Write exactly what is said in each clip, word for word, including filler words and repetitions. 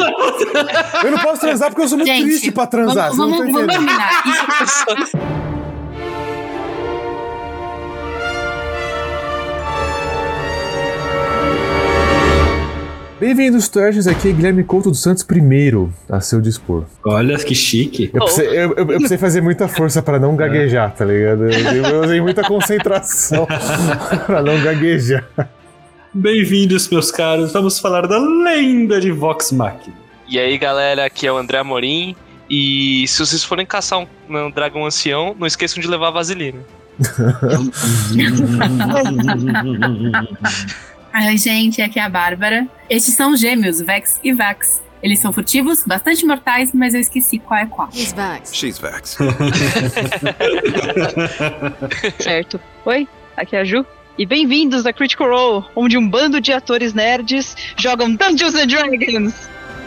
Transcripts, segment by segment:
Eu não posso transar porque eu sou muito Gente, triste pra transar. Vamos, você não vamos, tá vamos entendendo. terminar. Bem-vindos, Trashers. Aqui é Guilherme Couto dos Santos, primeiro a seu dispor. Olha que chique. Eu precisei, eu, eu, eu precisei fazer muita força pra não gaguejar, tá ligado? Eu, eu usei muita concentração pra não gaguejar. Bem-vindos, meus caros. Vamos falar da lenda de Vox Machina. E aí, galera, aqui é o André Amorim. E se vocês forem caçar um, um dragão ancião, não esqueçam de levar vaselina. Ai, gente, aqui é a Bárbara. Estes são os gêmeos, Vex e Vax. Eles são furtivos, bastante mortais, mas eu esqueci qual é qual. He's Vax. She's Vax. Certo. Oi, aqui é a Ju. E bem-vindos a Critical Role, onde um bando de atores nerds jogam Dungeons and Dragons.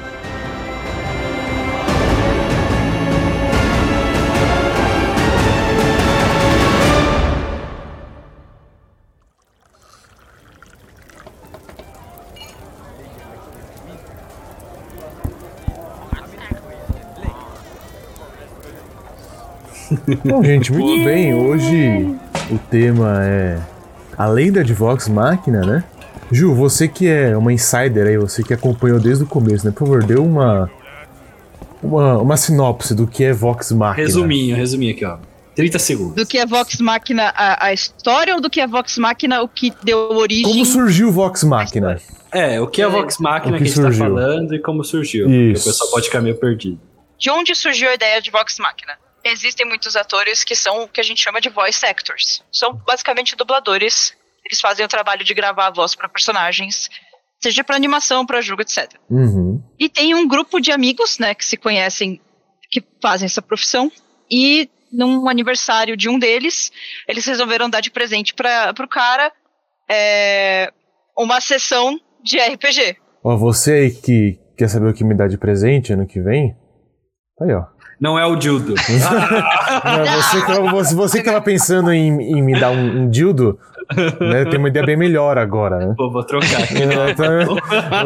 Bom, gente, muito bem. Hoje o tema é a lenda de Vox Machina, né? Ju, você que é uma insider aí, você que acompanhou desde o começo, né? Por favor, dê uma, uma, uma sinopse do que é Vox Machina. Resuminho, resuminho aqui, ó. trinta segundos. Do que é Vox Machina a, a história ou do que é Vox Machina o que deu origem... Como surgiu Vox Machina? É, o que é Vox Machina O que que, a gente tá surgiu. falando e como surgiu. Isso. Porque o pessoal pode ficar meio perdido. De onde surgiu a ideia de Vox Machina? Existem muitos atores que são o que a gente chama de voice actors. São basicamente dubladores. Eles fazem o trabalho de gravar a voz para personagens, seja para animação, para jogo, etcétera. Uhum. E tem um grupo de amigos, né, que se conhecem, que fazem essa profissão. E num aniversário de um deles, eles resolveram dar de presente para pro cara é, uma sessão de R P G. Ó, você aí que quer saber o que me dá de presente ano que vem? Tá aí, ó. Não é o dildo. Não, você, que, você, você que tava pensando em, em me dar um, um dildo, né? Tem uma ideia bem melhor agora, né? Pô, vou trocar aqui. Eu tô-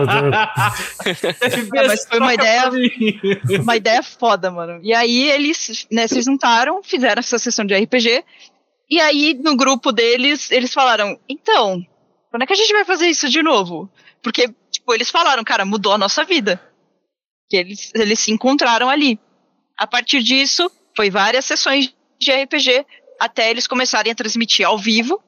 Ah, mas foi uma ideia, uma ideia foda, mano. E aí eles, né, se juntaram, fizeram essa sessão de R P G. E aí no grupo deles, eles falaram, então, quando é que a gente vai fazer isso de novo? Porque, tipo, eles falaram, cara, mudou a nossa vida. Que eles, eles se encontraram ali. A partir disso, foi várias sessões de R P G, até eles começarem a transmitir ao vivo,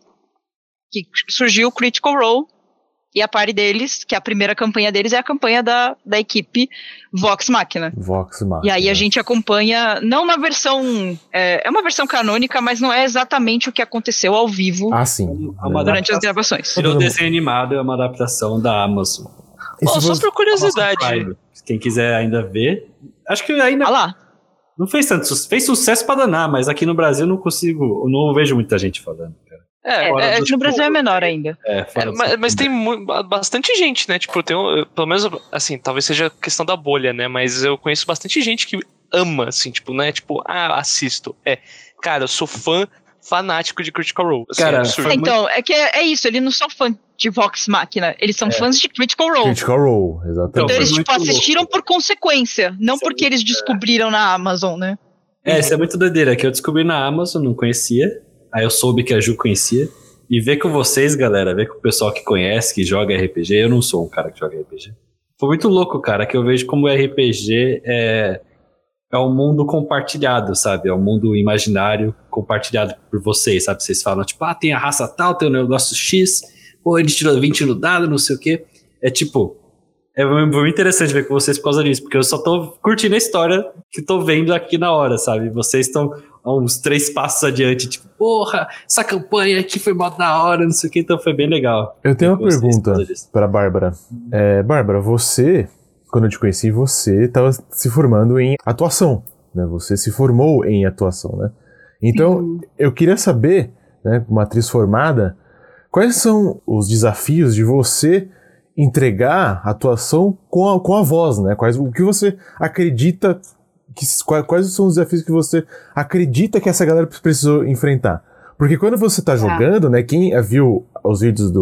que surgiu o Critical Role, e a party deles, que é a primeira campanha deles, é a campanha da, da equipe Vox Machina. Vox Machina. E aí a gente acompanha, não uma versão, é, é uma versão canônica, mas não é exatamente o que aconteceu ao vivo Ah, sim. É uma durante as adaptação. gravações. Virou desenho animado, é uma adaptação da Amazon. E se Bom, só você- por curiosidade. Prime. Quem quiser ainda ver. Acho que ainda Ah lá. não fez tanto sucesso. Fez sucesso pra danar, mas aqui no Brasil eu não consigo. Eu não vejo muita gente falando, cara. É, É, fora é, do, no tipo, Brasil é menor ainda. É, É, fora mas, do- mas tem mu- bastante gente, né? Tipo, tem um, pelo menos, assim, talvez seja questão da bolha, né? Mas eu conheço bastante gente que ama, assim, tipo, né? Tipo, ah, assisto. É, cara, eu sou fã fanático de Critical Role. Assim, Cara, é absurdo. foi Então, é que é, é isso, eles não são fãs de Vox Machina, eles são fãs de Critical Role. Critical Role, Então, exatamente. Então foi eles, tipo, muito assistiram louco. por consequência, não Isso é porque eles descobriram na Amazon, né? É, isso é muito doideira, que eu descobri na Amazon, não conhecia. Aí eu soube que a Ju conhecia. E ver com vocês, galera, ver com o pessoal que conhece, que joga R P G. Eu não sou um cara que joga R P G. Foi muito louco, cara, que eu vejo como o R P G é, é um mundo compartilhado, sabe? É um mundo imaginário compartilhado por vocês, sabe? Vocês falam, tipo, ah, tem a raça tal, tem o negócio X, pô, ele tirou vinte no dado, não sei o quê. É tipo, é muito interessante ver com vocês por causa disso, porque eu só tô curtindo a história que tô vendo aqui na hora, sabe? Vocês estão uns três passos adiante, tipo, porra, essa campanha aqui foi mó da hora, não sei o que, então foi bem legal. Eu tenho uma Ver com vocês por pergunta causa disso. pra Bárbara. É, Bárbara, você, quando eu te conheci, você estava se formando em atuação, né? Você se formou em atuação, né? Então, eu queria saber, né, uma atriz formada, quais são os desafios de você entregar a atuação com a, com a voz, né? Quais, o que você acredita, que, quais, quais são os desafios que você acredita que essa galera precisou enfrentar? Porque quando você tá jogando, né, quem viu os vídeos do,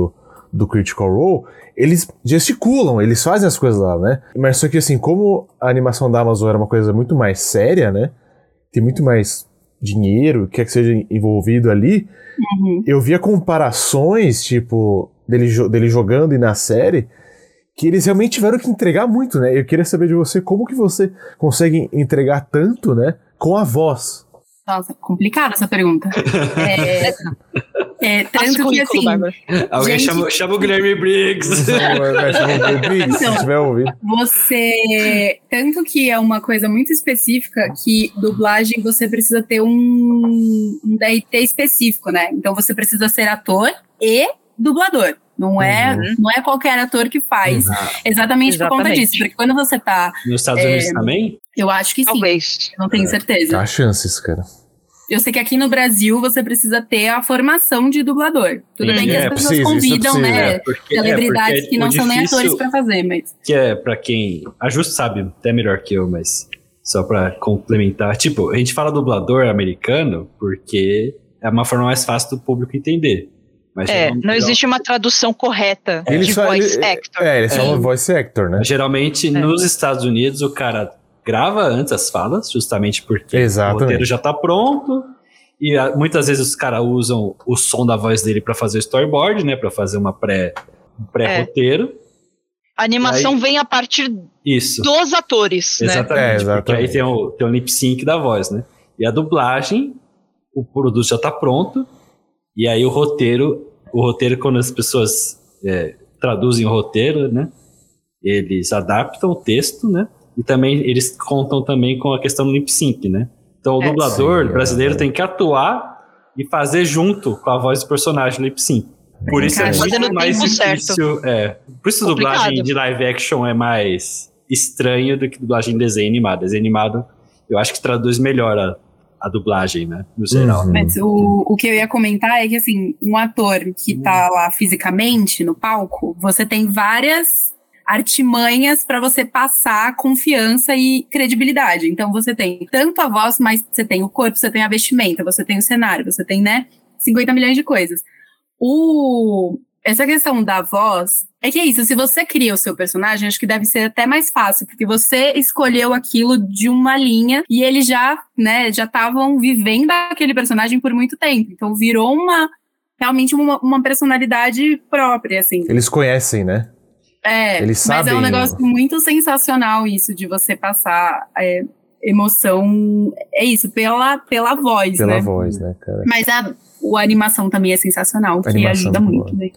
do Critical Role, eles gesticulam, eles fazem as coisas lá, né? Mas só que assim, como a animação da Amazon era uma coisa muito mais séria, né? Tem muito mais dinheiro, quer que seja envolvido ali, uhum. eu via comparações, tipo, dele, dele jogando e na série, que eles realmente tiveram que entregar muito, né? Eu queria saber de você como que você consegue entregar tanto, né? Com a voz. Nossa, complicada essa pergunta. é, é, tanto que assim... Alguém gente... chama, chama o Guilherme Briggs. Chama o Guilherme Briggs, então, se tiver ouvido. Você... Tanto que é uma coisa muito específica que dublagem você precisa ter um, um D R T específico, né? Então você precisa ser ator e dublador. Não é, uhum. não é qualquer ator que faz, uhum. exatamente, exatamente por conta disso. Porque quando você tá... Nos Estados é, Unidos também? Eu acho que sim. Talvez. Não tenho certeza. Há chances, cara. Eu sei que aqui no Brasil você precisa ter a formação de dublador. Tudo bem que é, as pessoas precisa, convidam, né, é, porque, celebridades é, é, que não difícil, são nem atores pra fazer, mas... Que é pra quem... A Ju sabe até melhor que eu, mas só pra complementar. Tipo, a gente fala dublador americano porque é uma forma mais fácil do público entender. Mas é, não, não existe uma tradução correta ele de só, voice ele, actor. É, eles falam é. voice actor, né? Geralmente, é. nos Estados Unidos, o cara grava antes as falas, justamente porque Exatamente. o roteiro já tá pronto. E a, muitas vezes os caras usam o som da voz dele pra fazer o storyboard, né? Pra fazer uma pré, um pré-roteiro. É. A animação aí, vem a partir isso. dos atores, exatamente, né? É, exatamente. Porque aí tem o, tem o lip sync da voz, né? E a dublagem, o produto já tá pronto. E aí o roteiro... O roteiro, quando as pessoas é, traduzem o roteiro, né? Eles adaptam o texto, né? E também eles contam também com a questão do lip sync, né? Então o é, dublador sim, brasileiro é. tem que atuar e fazer junto com a voz do personagem no lip sync. Por isso é muito mais difícil. É, por isso a dublagem de live action é mais estranha do que dublagem em desenho animado. Desenho animado, eu acho que traduz melhor a a dublagem, né, no geral. Uhum. Mas o, o que eu ia comentar é que, assim, um ator que uhum. tá lá fisicamente no palco, você tem várias artimanhas para você passar confiança e credibilidade. Então você tem tanto a voz, mas você tem o corpo, você tem a vestimenta, você tem o cenário, você tem, né, cinquenta milhões de coisas. O... Essa questão da voz, é que é isso, se você cria o seu personagem, acho que deve ser até mais fácil, porque você escolheu aquilo de uma linha e eles já, né, já estavam vivendo aquele personagem por muito tempo, então virou uma, realmente uma, uma personalidade própria, assim. Eles conhecem, né? É, eles sabem... mas é um negócio muito sensacional isso, de você passar é, emoção, é isso, pela, pela voz, pela né? Pela voz, né, cara? Mas a, a animação também é sensacional, que ajuda muito, né?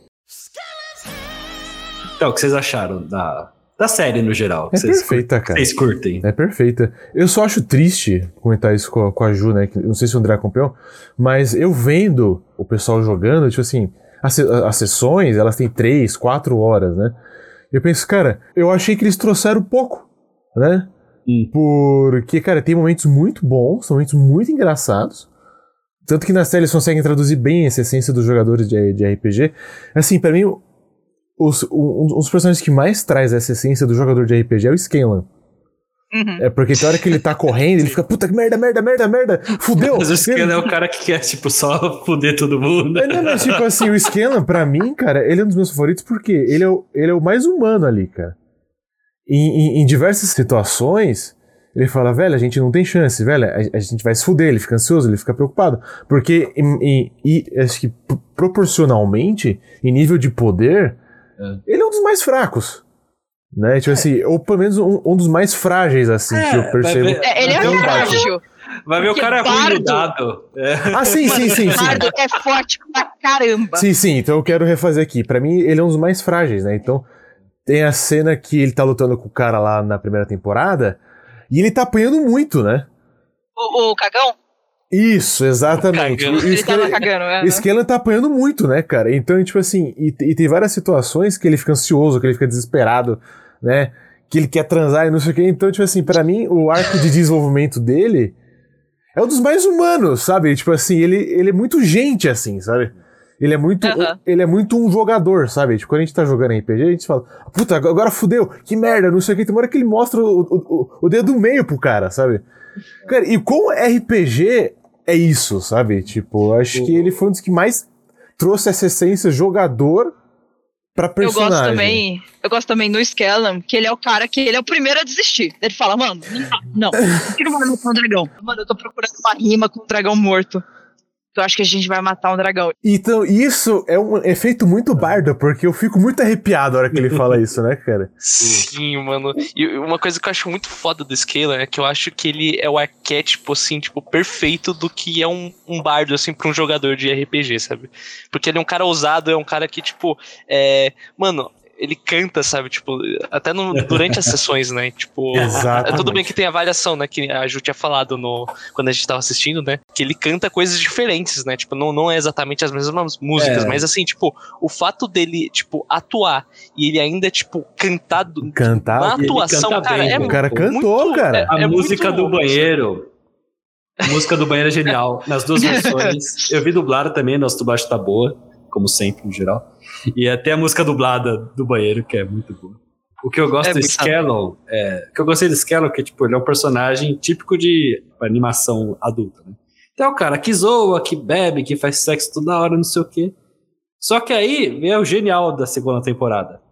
Então, o que vocês acharam da, da série no geral? É vocês perfeita, curtem, cara. Vocês curtem? É perfeita. Eu só acho triste comentar isso com a, com a Ju, né? Não sei se o André acompanhou, mas eu vendo o pessoal jogando, tipo assim, as, as sessões, elas têm três, quatro horas, né? Eu penso, cara, eu achei que eles trouxeram pouco, né? Hum. Porque, cara, tem momentos muito bons, são momentos muito engraçados. Tanto que na série eles conseguem traduzir bem essa essência dos jogadores de, de R P G. Assim, pra mim, os, um, um dos personagens que mais traz essa essência do jogador de R P G é o Scanlan. Uhum. É porque tem hora que ele tá correndo, ele fica, puta que merda, merda, merda, merda, fudeu. Mas o Scanlan é o cara que quer, tipo, só fuder todo mundo. É, não, mas tipo assim, o Scanlan, pra mim, cara, ele é um dos meus favoritos porque ele é o, ele é o mais humano ali, cara. Em, em, em diversas situações, ele fala, velho, a gente não tem chance, velho, a, a gente vai se fuder, ele fica ansioso, ele fica preocupado. Porque, em, em, em, acho que proporcionalmente, em nível de poder, é. ele é um dos mais fracos. Né, tipo é. assim, ou pelo menos um, um dos mais frágeis, assim, é, que eu percebo. Ver, é, ele é um frágil. Vai ver o cara é ruim no dado. É. Ah, sim, sim, sim, sim. O bardo é forte pra caramba. Sim, sim, então eu quero refazer aqui. Pra mim, ele é um dos mais frágeis, né? Então, tem a cena que ele tá lutando com o cara lá na primeira temporada, e ele tá apanhando muito, né? O, o cagão? Isso, exatamente. O ele tava cagando, é. O Scanlan tá apanhando muito, né, cara? Então, tipo assim, e, e tem várias situações que ele fica ansioso, que ele fica desesperado, né? Que ele quer transar e não sei o que. Então, tipo assim, pra mim, o arco de desenvolvimento dele é um dos mais humanos, sabe? Tipo assim, ele, ele é muito gente, assim, sabe? Ele é muito uh-huh. ele é muito um jogador, sabe? Tipo, quando a gente tá jogando R P G, a gente fala, puta, agora fudeu, que merda, não sei o que. Tem uma hora que ele mostra o, o, o dedo do meio pro cara, sabe? Cara, e como R P G é isso, sabe? Tipo, acho que ele foi um dos que mais trouxe essa essência jogador pra personagem. Eu gosto também, eu gosto também no Skellam, que ele é o cara que ele é o primeiro a desistir. Ele fala, mano, não, por que não vai matar um dragão? Mano, eu tô procurando uma rima com um dragão morto. Eu acho que a gente vai matar um dragão. Então, isso é um efeito muito Barda, porque eu fico muito arrepiado na hora que ele fala isso, né, cara? Sim, mano. E uma coisa que eu acho muito foda do Skellam é que eu acho que ele é o arquétipo, assim, tipo, perfeito do que é um, um bardo, assim, pra um jogador de R P G, sabe? Porque ele é um cara ousado, é um cara que, tipo, é... Mano... Ele canta, sabe, tipo, até no, durante as sessões, né, tipo... Exatamente. Tudo bem que tem a variação, né, que a Ju tinha falado no, quando a gente tava assistindo, né, que ele canta coisas diferentes, né, tipo, não, não é exatamente as mesmas músicas, É. mas assim, tipo, o fato dele, tipo, atuar e ele ainda, tipo, cantar, do, Cantar? na Ele atuação, canta cara, bem, é o cara cantou, muito, cara. é- A é música muito do bom, banheiro. A música do banheiro é genial. Nas duas versões. Eu vi dublada também, nossa dublagem tá boa, como sempre, no geral. E até a música dublada do banheiro, que é muito boa. O que eu gosto É do muito Skellam, é, o que eu gostei do Skellam é que tipo, ele é um personagem típico de animação adulta, né? Então é o cara que zoa, que bebe, que faz sexo toda hora, não sei o quê. Só que aí vem o genial da segunda temporada.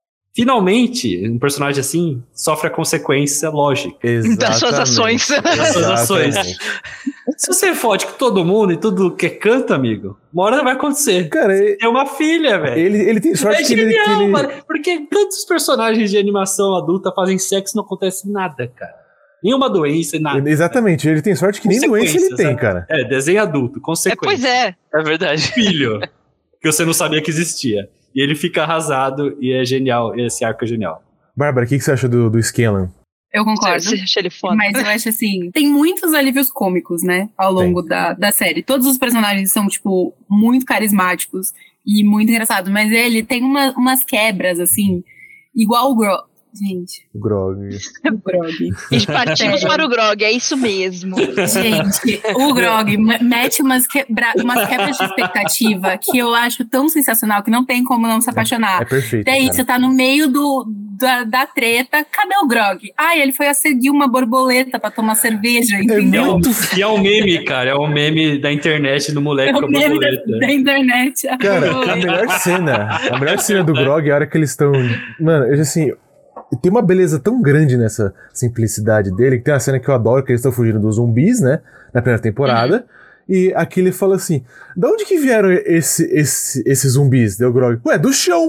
Finalmente, um personagem assim sofre a consequência lógica Exatamente. Das suas ações. das suas ações. Exatamente. Se você fode com todo mundo e tudo que canta, amigo, uma hora vai acontecer. Cara, ele, É uma filha, velho. ele, ele tem sorte É que ele... que genial, ele- mano. Porque tantos personagens de animação adulta fazem sexo e não acontece nada, cara. Nenhuma doença e nada. Exatamente, ele tem sorte que nem doença ele tem, Consequências, né? cara. É, desenho adulto, É, consequência. pois é. É verdade. Filho, que você não sabia que existia. E ele fica arrasado e é genial. Esse arco é genial. Bárbara, o que, que você achou do, do Skellam? Eu concordo. Você acha ele foda? Mas eu acho assim, tem muitos alívios cômicos, né, ao longo da, da série. Todos os personagens são, tipo, muito carismáticos e muito engraçados. Mas ele tem uma, umas quebras, assim, igual o Grog. Gente, O Grog. o Grog. E partimos para o Grog, é isso mesmo. Gente, o Grog m- mete umas, quebra umas quebras de expectativa que eu acho tão sensacional que não tem como não se É apaixonar. perfeito, Daí cara. você tá no meio do, da, da treta, cadê o Grog? Ah, ele foi a seguir uma borboleta pra tomar cerveja, E é, entendeu? um, e é um meme, cara. É um meme da internet do moleque É com o a meme da, borboleta. da internet. a Cara, a borboleta. melhor cena, a melhor cena do Grog é a hora que eles estão... Mano, eu assim... Tem uma beleza tão grande nessa simplicidade dele, que tem uma cena que eu adoro, que eles estão fugindo dos zumbis, né? Na primeira temporada. E aqui ele fala assim, da onde que vieram esse, esse, esses zumbis? Deu Grog. Ué, do chão!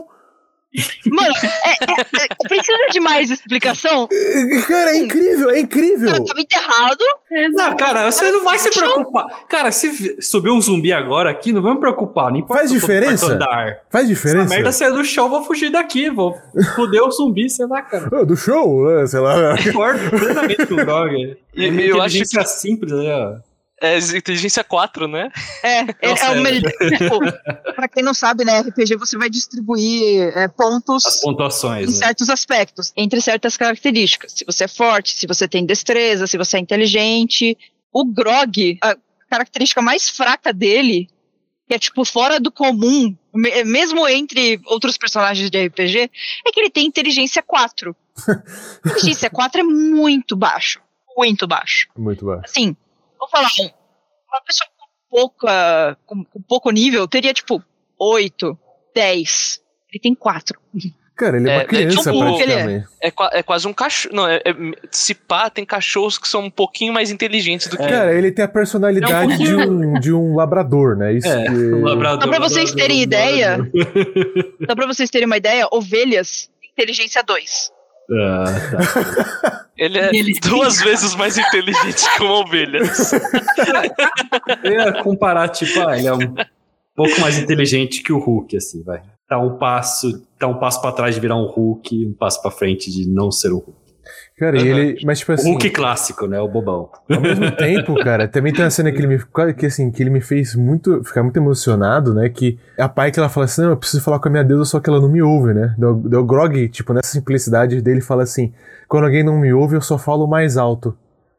Mano, é, é, é, precisa de mais explicação? Cara, é incrível, é incrível! Cara, tava enterrado. Não, cara, você não vai se preocupar. Cara, se vi- subir um zumbi agora aqui, não vamos preocupar. Não importa Faz se eu tô no diferença? quarto andar. Faz Se a diferença? merda sair do chão, eu vou fugir daqui. Vou foder o zumbi, sei lá, cara. Ah, do show, né? Sei lá. Concordo plenamente com o Grog. E É uma eu acho inteligência simples, né? ó. É inteligência quatro, né? É, é, Nossa, é o é. melhor. Tipo, pra quem não sabe, né, R P G você vai distribuir é, pontos As pontuações, em né? certos aspectos, entre certas características. Se você é forte, se você tem destreza, se você é inteligente. O Grog, a característica mais fraca dele, que é tipo fora do comum, me- mesmo entre outros personagens de R P G, é que ele tem inteligência quatro. Inteligência quatro é muito baixo. Muito baixo. Muito baixo. Assim, vou falar, um- uma pessoa com, pouca, com, com pouco nível teria tipo oito, dez. Ele tem quatro. Cara, ele é, É, uma é criança tipo- praticamente. É, qua- é quase um cachorro. Não, é, é, se pá, tem cachorros que são um pouquinho mais inteligentes do que. Cara, ele tem a personalidade de, um, de um labrador, né? Isso É, que... um labrador. Só pra vocês labrador, terem ideia, labrador. só pra vocês terem uma ideia, ovelhas, inteligência dois. Ah, tá. Ele é Ele- duas vezes mais inteligente que uma ovelha. Eu ia comparar, tipo, ah, ele é um pouco mais inteligente que o Hulk, assim, vai. Tá um passo, tá um passo pra trás de virar um Hulk, um passo pra frente de não ser um Hulk. Cara, e ele... Mas, tipo O assim... Hulk clássico, né? O bobão. Ao mesmo tempo, cara, também tem uma cena que ele me, que, assim, que ele me fez muito, ficar muito emocionado, né? Que é a pai que ela fala assim, não, eu preciso falar com a minha deusa, só que ela não me ouve, né? Deu, deu Grog, tipo, nessa simplicidade dele, fala assim, quando alguém não me ouve, eu só falo mais alto.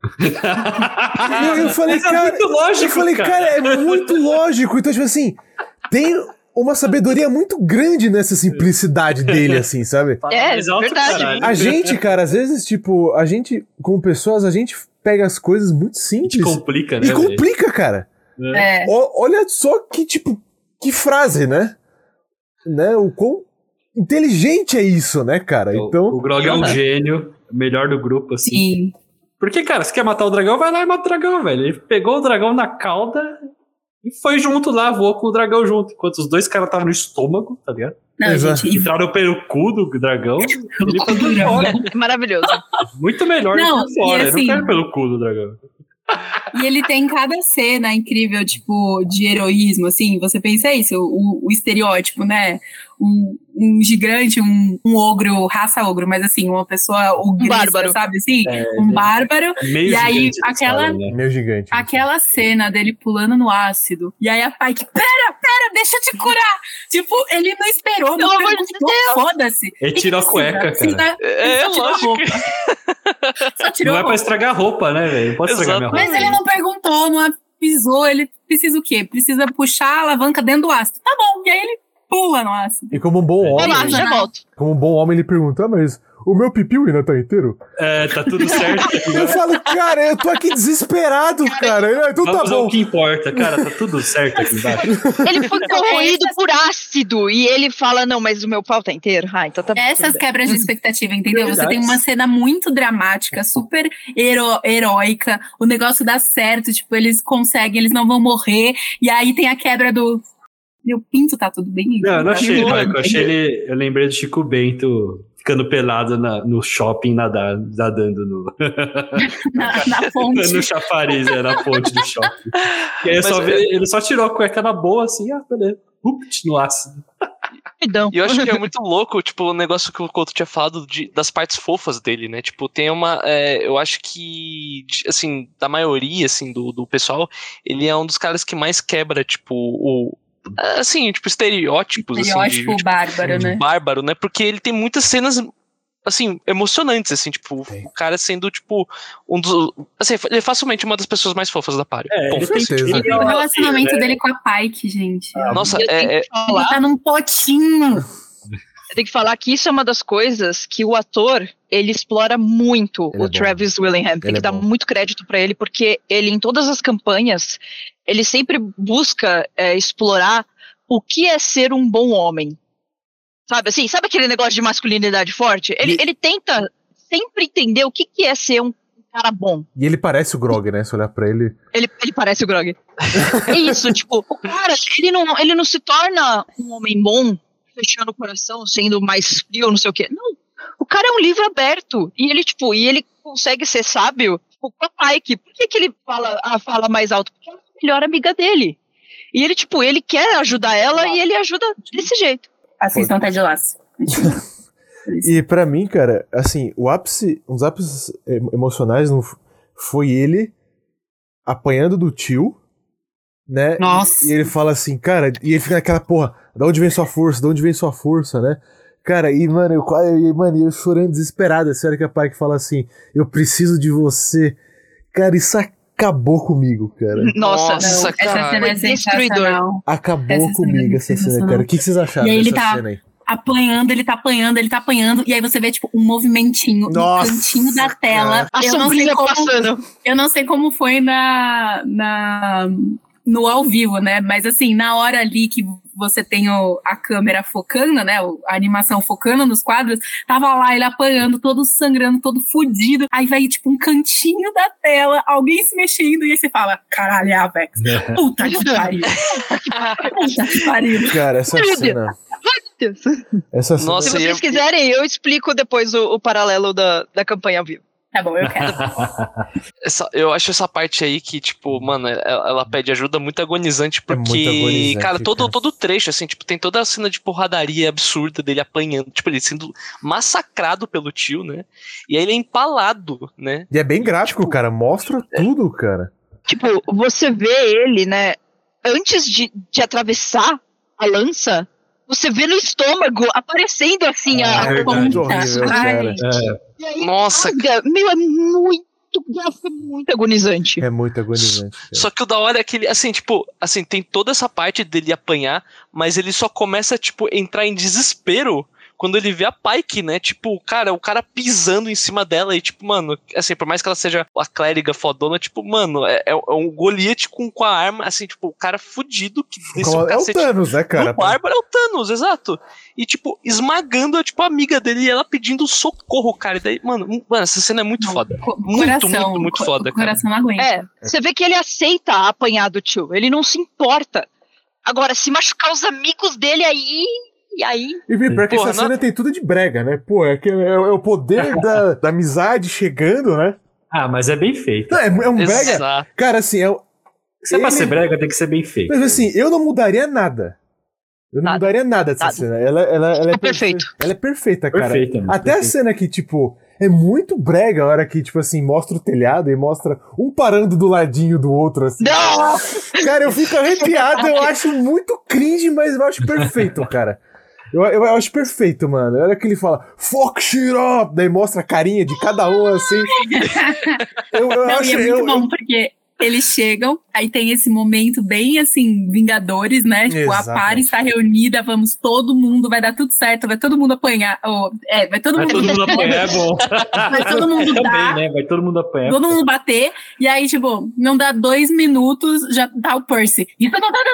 eu, eu falei, Mas é cara... muito lógico, eu falei, cara. é muito lógico. Então, tipo assim, tem uma sabedoria muito grande nessa simplicidade dele, assim, sabe? É, Mais alto, verdade. caralho. A gente, cara, às vezes, tipo, a gente, como pessoas, a gente pega as coisas muito Te simples complica, né? e velho? complica, cara. É. O- olha só que, tipo, que frase, né? Né? O quão inteligente é isso, né, cara? Então... O, o Grog é um gênio, o melhor do grupo, assim. Sim. Porque, cara, se quer matar o dragão, vai lá e mata o dragão, velho. Ele pegou o dragão na cauda e foi junto lá, voou com o dragão junto. Enquanto os dois caras estavam no estômago, tá ligado? Não, Exato. gente, Entraram pelo cu do dragão, ele foi por fora. Maravilhoso. Muito melhor Não, do que por fora. e assim- Ele não quer pelo cu do dragão. E ele tem cada cena incrível, tipo, de heroísmo, assim, você pensa isso, o, o estereótipo, né? Um, um gigante, um, um ogro, raça ogro, mas assim, uma pessoa ogrista, bárbaro. sabe assim? É, um bárbaro. Meio E aí, gigante, eles aquela- falam, né? Meio gigante. Aquela cena dele pulando no ácido, e aí a Pike, pera, pera, deixa eu te curar. Tipo, ele não esperou, Pelo não amor de perguntou, foda-se. Ele tirou a cueca, cara. Precisa- É, ele só tirou a lógico. roupa. Só Não tirou é a pra roupa. estragar a roupa, né, velho? Não pode estragar minha roupa. Mas ele não perguntou, não avisou, ele precisa o quê? Precisa puxar a alavanca dentro do ácido. Tá bom, e aí ele pula no ácido. E como um bom Vai homem, lá, já volto. como um bom homem, ele pergunta, ah, mas o meu pipiu ainda tá inteiro? É, tá tudo certo. Eu falo, cara, eu tô aqui desesperado, cara. Ele, então tá Vamos ao bom. que importa, cara, tá tudo certo aqui embaixo. Ele foi corroído por ácido e ele fala, não, mas o meu pau tá inteiro. Ah, então tá Essas quebras de expectativa, entendeu? Você Verdade. tem uma cena muito dramática, super hero heróica, o negócio dá certo, tipo, eles conseguem, eles não vão morrer, e aí tem a quebra do... Meu pinto tá tudo bem? Não, eu não achei, Tá Marco. Eu achei ele. Eu lembrei do Chico Bento ficando pelado na- no shopping, nadar, nadando no, na, na fonte. no chafariz, é, na ponte do shopping. E aí eu Mas só é- vi- ele só tirou a cueca na boa, assim, ah, beleza. Upt, no ácido. Rapidão. E eu acho que é muito louco, tipo, o negócio que o Couto tinha falado de, das partes fofas dele, né? Tipo, tem uma. É, eu acho que, de- assim, da maioria, assim, do, do pessoal, ele é um dos caras que mais quebra, tipo, o. Assim, tipo, estereótipos, assim, de, Estereótipo tipo, bárbaro, de né? bárbaro, né? Porque ele tem muitas cenas, assim, emocionantes, assim, tipo, Tem. o cara sendo, tipo, um dos. Assim, ele é facilmente uma das pessoas mais fofas da party. É, ele Ponto. tem, certeza. ele O é- relacionamento dele com a Pike, gente. Nossa, Eu tenho é, é, que falar- Ele tá num potinho. Eu tenho que falar que isso é uma das coisas que o ator, ele explora muito Ele é o bom. Travis Willingham. Tem Ele que é dar bom. muito crédito pra ele, porque ele, em todas as campanhas, ele sempre busca é, explorar o que é ser um bom homem. Sabe assim? Sabe aquele negócio de masculinidade forte? Ele, E- ele tenta sempre entender o que, que é ser um cara bom. E ele parece o Grog, né? Se olhar pra ele. Ele, ele parece o Grog. É isso, tipo, o cara, ele não, ele não se torna um homem bom, fechando o coração, sendo mais frio, não sei o quê. Não. O cara é um livro aberto. E ele, tipo, e ele consegue ser sábio, tipo, com a Pike. Por que, que ele fala, a fala mais alto? Porque ela é a melhor amiga dele. E ele, tipo, ele quer ajudar ela e ele ajuda desse jeito. Assistam Ted Lasso. E pra mim, cara, assim, o ápice, um dos ápices emo- emocionais não f- foi ele apanhando do tio, né? Nossa. E ele fala assim, cara, e ele fica naquela porra, da onde vem sua força, da onde vem sua força, né? Cara, e mano, eu, eu, mano, eu chorando desesperado, essa hora que a pai que fala assim, eu preciso de você. Cara, isso acabou comigo, cara. Nossa, Nossa, Não, essa cara. cena é Foi destruidor. sensacional. Acabou Essa cena comigo é essa cena, sensacional. cara. O que, que vocês acharam E aí dessa ele tá- cena aí? Apanhando, ele tá apanhando, ele tá apanhando, e aí você vê, tipo, um movimentinho Nossa, no cantinho da tela. A Eu não, sei sombrinha como, passando. eu não sei como foi na, na, no ao vivo, né? Mas assim, na hora ali que você tem o, a câmera focando, né? o- A animação focando nos quadros, tava lá ele apanhando, todo sangrando, todo fudido. Aí vai, tipo, um cantinho da tela, alguém se mexendo, e aí você fala, caralho, é a Vex. Puta que pariu. Puta que pariu. Cara, essa Meu Deus. cena. Deus. Essa cena. Nossa, Se e vocês é- quiserem, eu explico depois o, o paralelo da, da campanha ao vivo. Tá bom, eu quero. Essa- eu acho essa parte aí que, tipo, mano, ela, ela pede ajuda muito agonizante, É muito porque, agonizante, cara, todo, cara. todo trecho, assim, tipo, tem toda a cena de porradaria absurda dele apanhando, tipo, ele sendo massacrado pelo tio, né? E aí ele é empalado, né? E é bem gráfico, Tipo, cara. Mostra tudo, cara. Tipo, você vê ele, né? Antes de, de atravessar a lança, você vê no estômago aparecendo assim Ah, a é verdade, ponta. horrível, Ai, cara. E aí, Nossa, rasga. Meu, é muito gráfico, é muito agonizante. É muito agonizante. Cara. Só que o da hora é que ele, assim, tipo, assim, tem toda essa parte dele apanhar, mas ele só começa, tipo, entrar em desespero quando ele vê a Pike, né? Tipo, cara, o cara pisando em cima dela e, tipo, mano, assim, por mais que ela seja a clériga fodona, tipo, mano, é, é um Goliath com, com a arma, assim, tipo, o cara fudido que desceu o É o Thanos, né, cara? O Bárbaro é o Thanos, exato. E, tipo, esmagando, tipo, a amiga dele e ela pedindo socorro, cara. E daí, mano, mano, essa cena é muito Não, foda. co- Muito, coração, muito, muito co- foda, o cara. coração não aguenta. É, você vê que ele aceita apanhar do tio, ele não se importa. Agora, se machucar os amigos dele aí, e aí... E pior que Porra, essa não- cena tem tudo de brega, né? Pô, é, que é, é o poder da, da amizade chegando, né? Ah, mas é bem feito. Não, é, é um brega. Exato. Cara, assim, é, o- Se é pra ele- ser brega, tem que ser bem feito. Mas assim, eu não mudaria nada. Eu não Nada. mudaria nada dessa Nada. cena. Ela, ela, ela é, É perfe- perfeito. Ela é perfeita, cara. Perfeita, mano, Até a perfeita. cena que, tipo, é muito brega a hora que, tipo assim, mostra o telhado e mostra um parando do ladinho do outro, assim. Não! Cara, eu fico arrepiado, eu acho muito cringe, mas eu acho perfeito, cara. Eu, eu, eu acho perfeito, mano. Olha que ele fala, fuck shit up! Daí mostra a carinha de cada um, assim. Eu, eu Não, acho, e é muito eu, bom, porque eles chegam, aí tem esse momento bem, assim, Vingadores, né? Tipo, a Exato. par está reunida, vamos todo mundo, vai dar tudo certo, vai todo mundo apanhar. Ou, é, vai todo Vai mundo... todo mundo apanhar, é bom. Vai todo mundo Também, dar, né? Vai todo mundo apanhar. todo mundo bater, e aí, tipo, não dá dois minutos, já tá o Percy. Isso não tá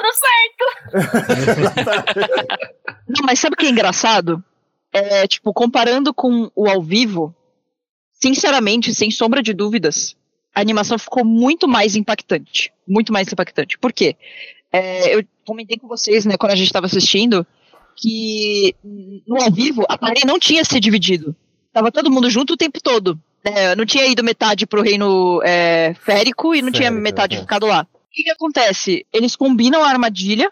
dando certo! Não, mas sabe o que é engraçado? É, tipo, comparando com o ao vivo, sinceramente, sem sombra de dúvidas, a animação ficou muito mais impactante. Muito mais impactante. Por quê? É, eu comentei com vocês, né, quando a gente estava assistindo, que no ao vivo a parede não tinha se dividido. Tava todo mundo junto o tempo todo. É, não tinha ido metade pro reino é, férico e não tinha Férico, metade é. ficado lá. O que, que acontece? Eles combinam a armadilha,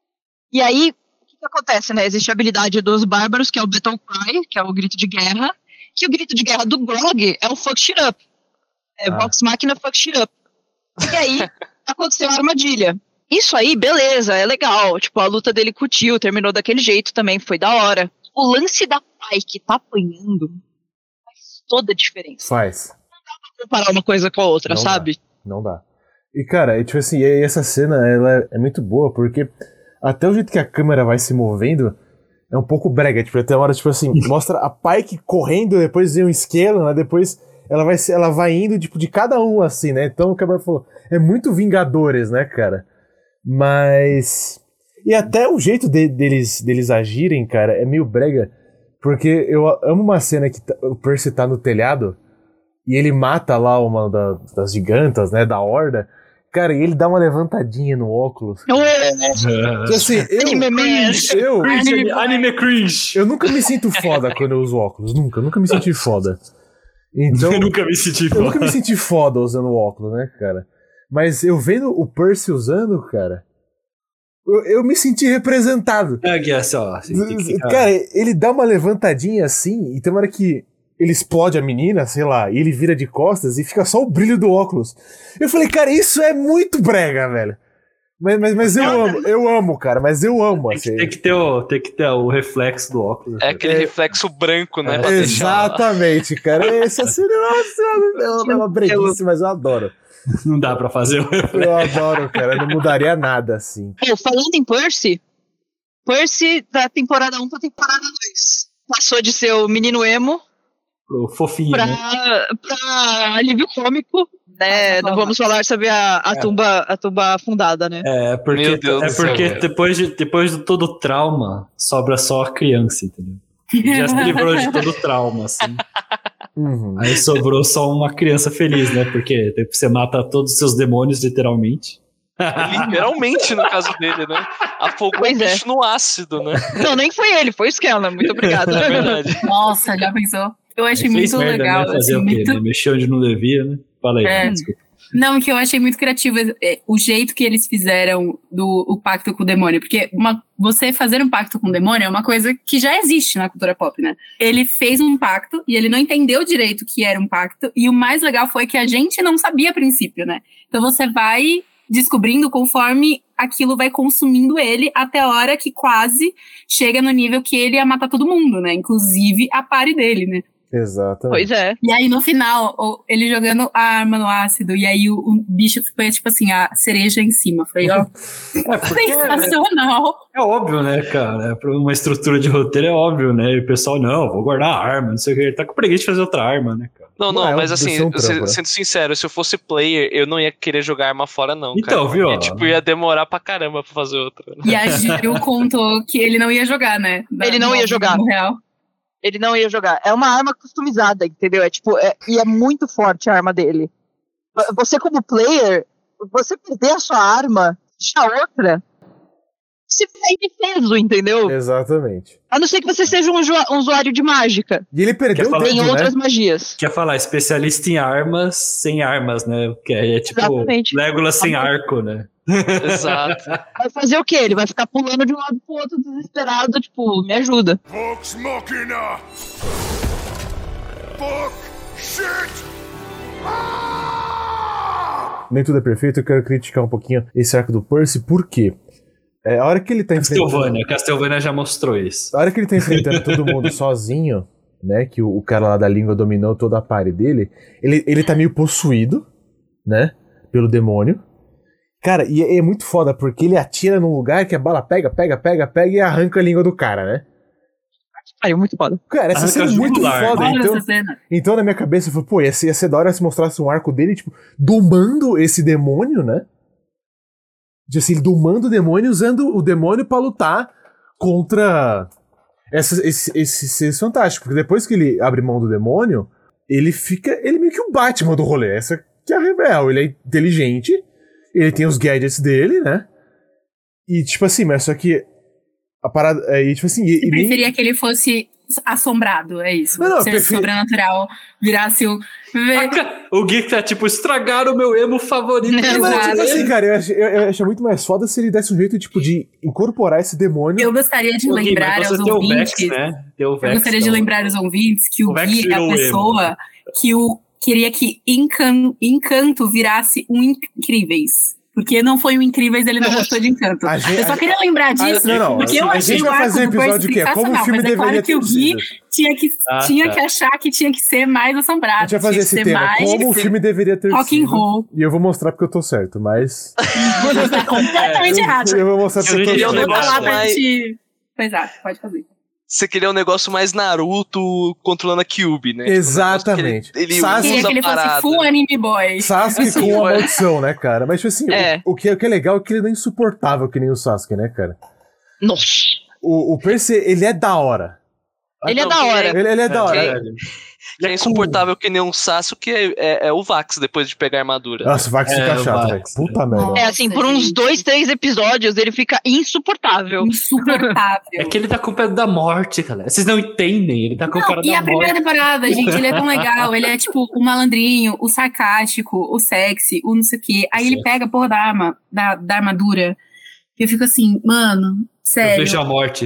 e aí, o que, que acontece, né? Existe a habilidade dos bárbaros, que é o Battle Cry, que é o grito de guerra, que o grito de guerra do Grog é o Fuck Shit Up. É Ah. Vox Machina Fuck Shit Up. E aí, aconteceu a armadilha. Isso aí, beleza, é legal. Tipo, a luta dele com o tio terminou daquele jeito também, foi da hora. O lance da Pike tá apanhando faz toda a diferença. Faz. Comparar uma coisa com a outra, Não sabe? Não dá. E, cara, e, tipo assim, e essa cena, ela é, é muito boa, porque até o jeito que a câmera vai se movendo é um pouco brega. Tipo, até uma hora, tipo assim, mostra a Pike correndo, depois vem um esquelo, né? Depois ela vai, se- ela vai indo, tipo, de cada um, assim, né? Então, o câmera falou, é muito Vingadores, né, cara? Mas... E até o jeito de- deles, deles agirem, cara, é meio brega, porque eu amo uma cena que tá- o Percy tá no telhado e ele mata lá uma da- das gigantas, né, da horda. Cara, e ele dá uma levantadinha no óculos. Que, assim, eu, Anime man. eu, Cringe, anime cringe. eu nunca me sinto foda quando eu uso óculos. Nunca, nunca me senti foda. Então, Eu nunca me senti eu nunca me senti foda usando óculos, né, cara? Mas eu vendo o Percy usando, cara, eu, eu me senti representado. É, que é assim, ó, assim, tem que ficar- Cara, ele dá uma levantadinha assim, e tem uma hora que ele explode a menina, sei lá, e ele vira de costas e fica só o brilho do óculos. Eu falei, cara, isso é muito brega, velho. Mas, mas, mas eu amo, eu amo, cara, mas eu amo, Tem que, assim. tem que ter o, tem que ter o reflexo do óculos. É aquele É. reflexo branco, né? pra deixar- Exatamente, cara. Essa cena, nossa, é uma breguice, mas eu adoro. Não dá pra fazer o reflexo. Eu adoro, cara. Eu não mudaria nada, assim. Pô, falando em Percy, Percy da temporada um pra temporada dois. Passou de ser o menino emo O fofinho, pra, né? pra alívio cômico, né? Não vamos falar sobre a, a, É. tumba, a tumba afundada, né? É porque, Meu Deus é do céu, porque velho. depois, de, depois de todo o trauma, sobra só a criança, entendeu? Já se livrou de todo o trauma, assim. Uhum. Aí sobrou só uma criança feliz, né? Porque você mata todos os seus demônios, literalmente. Literalmente, no caso dele, né? Afogou Pois o é. bicho no ácido, né? Não, nem foi ele, foi o Scanlan. Muito obrigada. É verdade. Nossa, já pensou? Eu achei Fez muito merda, legal. né? Fazer assim, o quê? muito... Né? Mexeu onde não devia, né? Fala aí, É. desculpa. Não, que eu achei muito criativo é, o jeito que eles fizeram do o pacto com o demônio. Porque uma, você fazer um pacto com o demônio é uma coisa que já existe na cultura pop, né? Ele fez um pacto e ele não entendeu direito que era um pacto. E o mais legal foi que a gente não sabia a princípio, né? Então você vai descobrindo conforme aquilo vai consumindo ele até a hora que quase chega no nível que ele ia matar todo mundo, né? Inclusive a pare dele, né? Exatamente. Pois é. E aí, no final, o- ele jogando a arma no ácido, e aí o, o bicho foi, tipo assim, a cereja em cima. Foi, ó, É, porque é, sensacional. é óbvio, né, cara? Pra uma estrutura de roteiro é óbvio, né? E o pessoal, não, vou guardar a arma, não sei o que. Ele tá com preguiça de fazer outra arma, né, cara? Não, não, Não, é um- mas deve assim, ser um se- trampo, né? sendo sincero, se eu fosse player, eu não ia querer jogar arma fora, não, Então, cara. viu, Porque, ó. tipo, ia demorar pra caramba pra fazer outra. E a Gil contou que ele não ia jogar, né? Na- Ele não no- ia jogar. No real. Ele não ia jogar. É uma arma customizada, entendeu? É tipo, é- e é muito forte a arma dele. Você, como player, você perder a sua arma, a outra, você fica indefeso, entendeu? Exatamente. A não ser que você seja um, usu- um usuário de mágica. E ele perdeu Quer o falar Tem dedo, outras né? magias. Quer falar, especialista em armas sem armas, né? Que é, é tipo Exatamente. Legolas sem arco, né? Exato. Vai fazer o quê? Ele vai ficar pulando de um lado pro outro desesperado, tipo, me ajuda. Vox Machina! Fuck! Shit! Ah! Nem tudo é perfeito, eu quero criticar um pouquinho esse arco do Percy, por quê? É, a hora que ele tá enfrentando... Castlevania, Castlevania já mostrou isso. A hora que ele tá enfrentando todo mundo sozinho, né? Que o, o cara lá da língua dominou toda a party dele, ele, ele tá meio possuído, né? Pelo demônio. Cara, e é, é muito foda, porque ele atira num lugar que a bala pega, pega, pega, pega e arranca a língua do cara, né? Aí, muito foda. Cara, essa Arranca cena é muito jugular, foda. Olha Então, essa cena. então, na minha cabeça, eu falei, pô, ia ser, ia ser da hora se mostrasse um arco dele, tipo, domando esse demônio, né? De, assim, ele domando o demônio, usando o demônio pra lutar contra essa, esse, esse ser fantástico. Porque depois que ele abre mão do demônio, ele fica. Ele é meio que o Batman do rolê. Essa que é a real. Ele é inteligente, ele tem os gadgets dele, né? E, tipo assim, mas só que. A parada. É, e, tipo assim. E, Você e nem- preferia que ele fosse assombrado, é isso. Não, não, Ser prefiro- sobrenatural, virasse o... O Geek tá tipo, estragaram o meu emo favorito. Exato. Não, tipo assim, cara, eu acho, eu, eu acho muito mais foda se ele desse um jeito, tipo, de incorporar esse demônio. Eu gostaria de Ô, Gui, lembrar mas aos você tem o ouvintes... Vex, né? Tem o Eu Vex, gostaria de então. lembrar aos ouvintes que o, O Vex Gui é a virou emo. pessoa que o queria que Encan- Encanto virasse um Incríveis. Porque não foi o Incríveis, ele não gostou de Encanto. A gente- eu só queria lembrar disso, não, não, porque eu a achei gente o vai arco fazer um do Percy episódio que é como o sensacional, filme mas é deveria claro que o ter Gui sido. tinha que, Ah, tinha tá. que achar que tinha que ser mais A assombrado. gente vai fazer tinha esse que ser tema, mais como o filme deveria ter rock and sido. roll. E eu vou mostrar porque eu tô certo, mas... Você tá completamente errado. Eu vou mostrar Eu porque eu tô queria Eu um certo. vou negócio falar pra mais- gente... Pois é, pode fazer. Você queria um negócio mais Naruto controlando a Cube, né? Tipo, um negócio Exatamente. que ele, ele Sasuke- Queria usa que ele a fosse parada. full anime boy. Sasuke Assim, com uma ué. maldição, né, cara? Mas, tipo assim, É. o, o, que, o que é legal é que ele não é insuportável que nem o Sasuke, né, cara? Nossa. O, o Percy, ele é da hora. Ele é não, da quem hora. Ele, ele é da hora. verdade. Quem é insuportável que nem um Sasuke é, é, é o Vax depois de pegar a armadura. Nossa, o Vax É, fica o chato, Vax. velho. Puta merda. É assim, por uns gente. dois, três episódios, ele fica insuportável. Insuportável. É que ele tá com o pé da morte, galera. Vocês não entendem, ele tá com o cara Não, e da a primeira morte. temporada, gente, ele é tão legal. Ele é tipo o malandrinho, o sarcástico, o sexy, o não sei o quê. Aí ele Certo. pega a porra da arma, da, da armadura. E eu fico assim, mano, Eu sério. vejo a morte.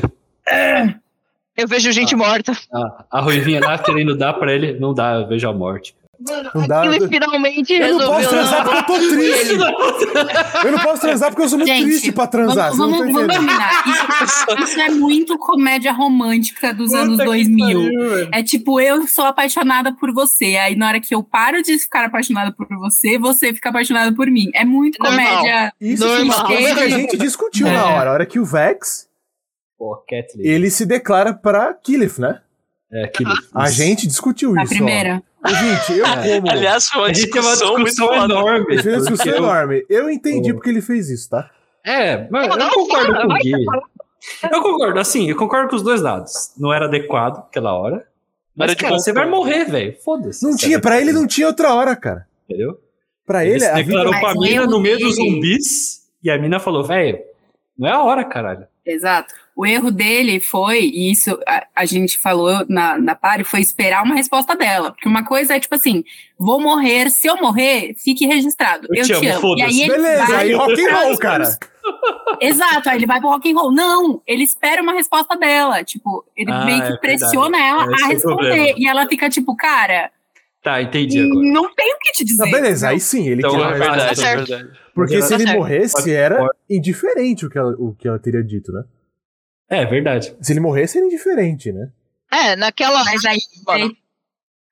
Eu vejo gente morta. Ah, a Ruivinha lá querendo dar pra ele, não dá, eu vejo a morte. Não dá. Ele finalmente Eu não posso resolveu. transar porque eu tô triste. Eu não posso transar porque eu sou muito Gente, triste pra transar. Vamos, Você não vamos, tá vamos entendendo. combinar. Isso, isso é muito comédia romântica dos anos Puta que dois mil. pariu, velho. É tipo, eu sou apaixonada por você. Aí na hora que eu paro de ficar apaixonada por você, você fica apaixonada por mim. É muito Normal. comédia. Isso foi uma Normal. coisa que a gente discutiu É. na hora. A hora que o Vex, Pô, Kathleen. ele se declara pra Killif, né? É, que A gente discutiu A isso. primeira. Ó. Gente, eu como... Aliás, foi uma A gente tem uma discussão, discussão muito foda. enorme. Ele fez uma discussão porque eu- enorme. Eu entendi Pô. porque ele fez isso, tá? É, mas eu Não, concordo fala, com o vai, Gui. fala. Eu concordo, assim, eu concordo com os dois lados. Não era adequado aquela hora. Mas, Era de cara, bom você vai tom. morrer, velho. Foda-se. Não sabe? tinha, pra ele não tinha outra hora, cara. Entendeu? Pra Ele ele, se a vida... declarou Mas pra o mina erro no meio dos dele- zumbis. E a mina falou, velho, não é a hora, caralho. Exato. O erro dele foi, e isso a, a gente falou na, na party, foi esperar uma resposta dela. Porque uma coisa é tipo assim, vou morrer, se eu morrer, fique registrado. Eu Eu, te te amo, amo. E foda-se. aí ele Beleza, vai aí rock and roll, pro cara. discurso. Exato, aí ele vai pro rock and roll. Não, ele espera uma resposta dela. Tipo, ele Ah, meio que é pressiona verdade. ela Esse é a o responder. problema. E ela fica tipo, cara, Tá, entendi agora. não tenho o que te dizer. Não, beleza, aí sim, ele Então, queria É uma verdade, resposta. é certo. verdade. Porque Mas se ela- ele tá morresse, certo. era indiferente o que, ela, o que ela teria dito, né? É, verdade. Se ele morresse, era indiferente, né? É, naquela. Mas aí, Mano,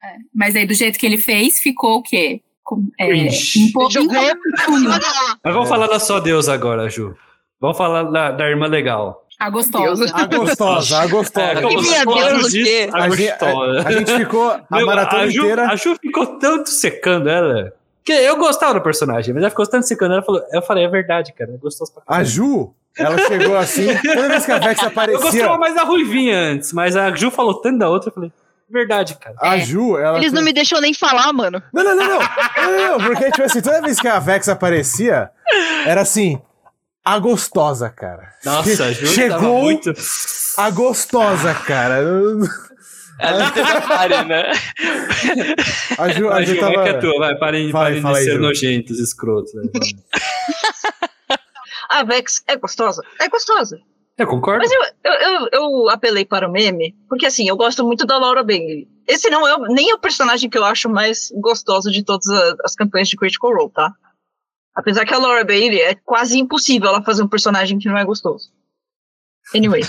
É, mas aí, do jeito que ele fez, ficou o quê? Com, é, Cringe. impo- Jogou impo- Mas vamos falar da sua deusa agora, Ju. Vamos falar da, da irmã legal. A gostosa. A gostosa, a gostosa. É, como minha como a deusa, Ju o disse, quê? a A gente, gostosa. a- a gente ficou a Meu, maratona a Ju, inteira. A Ju ficou tanto secando ela. Que eu gostava do personagem, mas ela ficou tanto secando ela. Falou, eu falei, é verdade, cara. É gostoso pra A caralho. Ju, ela chegou assim. Toda vez que a Vex Eu aparecia. gostava mais da Ruivinha antes, mas a Ju falou tanto da outra. Eu falei, verdade, cara. A Ju, ela. Eles não me deixam nem falar, mano. Não, não, não, não. Não, não, porque, tipo assim, toda vez que a Vex aparecia, era assim. A gostosa, cara. Nossa, a Ju tava Chegou muito. a gostosa, cara. Ela é né? A Ju, a Vai, Ju Ju, vai tava. que é tua, vai, parem, Fala aí, parem fala de aí, ser Ju. nojentos, escrotos. Né? A Vex é gostosa? É gostosa. Eu concordo. Mas eu, eu, eu, eu apelei para o meme, porque assim, eu gosto muito da Laura Bailey. Esse não é o- nem é o personagem que eu acho mais gostoso de todas a- as campanhas de Critical Role, tá? Apesar que a Laura Bailey é quase impossível ela fazer um personagem que não é gostoso. Anyway.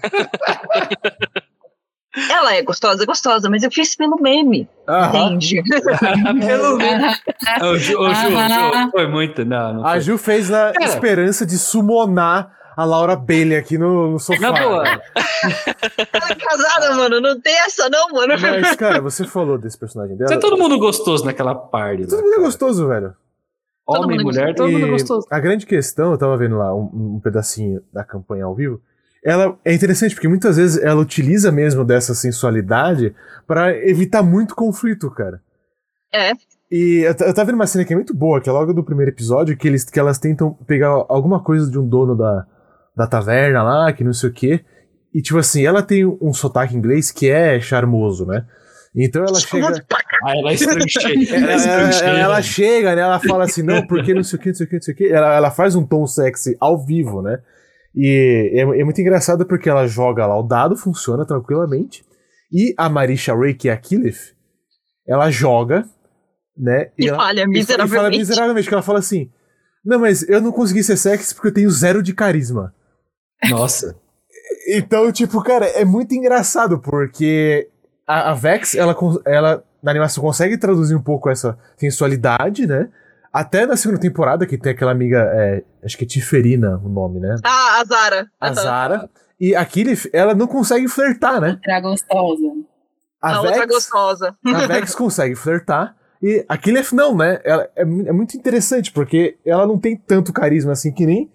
Ela é gostosa, é gostosa, mas eu fiz pelo meme, Aham. entende? Pelo menos. Ô, Ju, ô, Ju, Aham. Ju, foi muito, não, não A foi. Ju fez na Cara. esperança de summonar a Laura Bailey aqui no, no sofá. Na boa. Ela é casada, mano, não tem essa não, mano. Mas, cara, você falou desse personagem dela. Você é todo mundo gostoso naquela party. Todo lá, mundo é cara. gostoso, velho. Todo Homem, mundo é mulher, todo mundo é E gostoso. a grande questão, eu tava vendo lá um, um pedacinho da campanha ao vivo, ela é interessante porque muitas vezes ela utiliza mesmo dessa sensualidade pra evitar muito conflito, cara. É. E eu, t- eu tava vendo uma cena que é muito boa, que é logo do primeiro episódio, que, eles, que elas tentam pegar alguma coisa de um dono da, da taverna lá, que não sei o quê. E tipo assim, ela tem um sotaque inglês que é charmoso, né? Então ela chega. Ah, ela é estrangeira. Ela é Ela, ela, estrangeira. ela chega, né? Ela fala assim, não, porque não sei o que, não sei o que, não sei o que. Ela, ela faz um tom sexy ao vivo, né? E é, é muito engraçado porque ela joga lá o dado, funciona tranquilamente. E a Marisha Ray, que é a Killif, ela joga, né? E ela, falha e fa- E fala miseravelmente. miseravelmente, que ela fala assim, não, mas eu não consegui ser sexy porque eu tenho zero de carisma. Nossa. Então, tipo, cara, é muito engraçado, porque a, a Vex, ela, con- ela na animação consegue traduzir um pouco essa sensualidade, né? Até na segunda temporada, que tem aquela amiga, é, acho que é Tiferina o nome, né? Ah, a Zara. A Aham. Zara. E a Killif, ela não consegue flertar, né? Outra gostosa. A, A, outra Vex, gostosa. a Vex consegue flertar. E a Killif não, né? Ela, é, mu- é muito interessante, porque ela não tem tanto carisma assim que nem...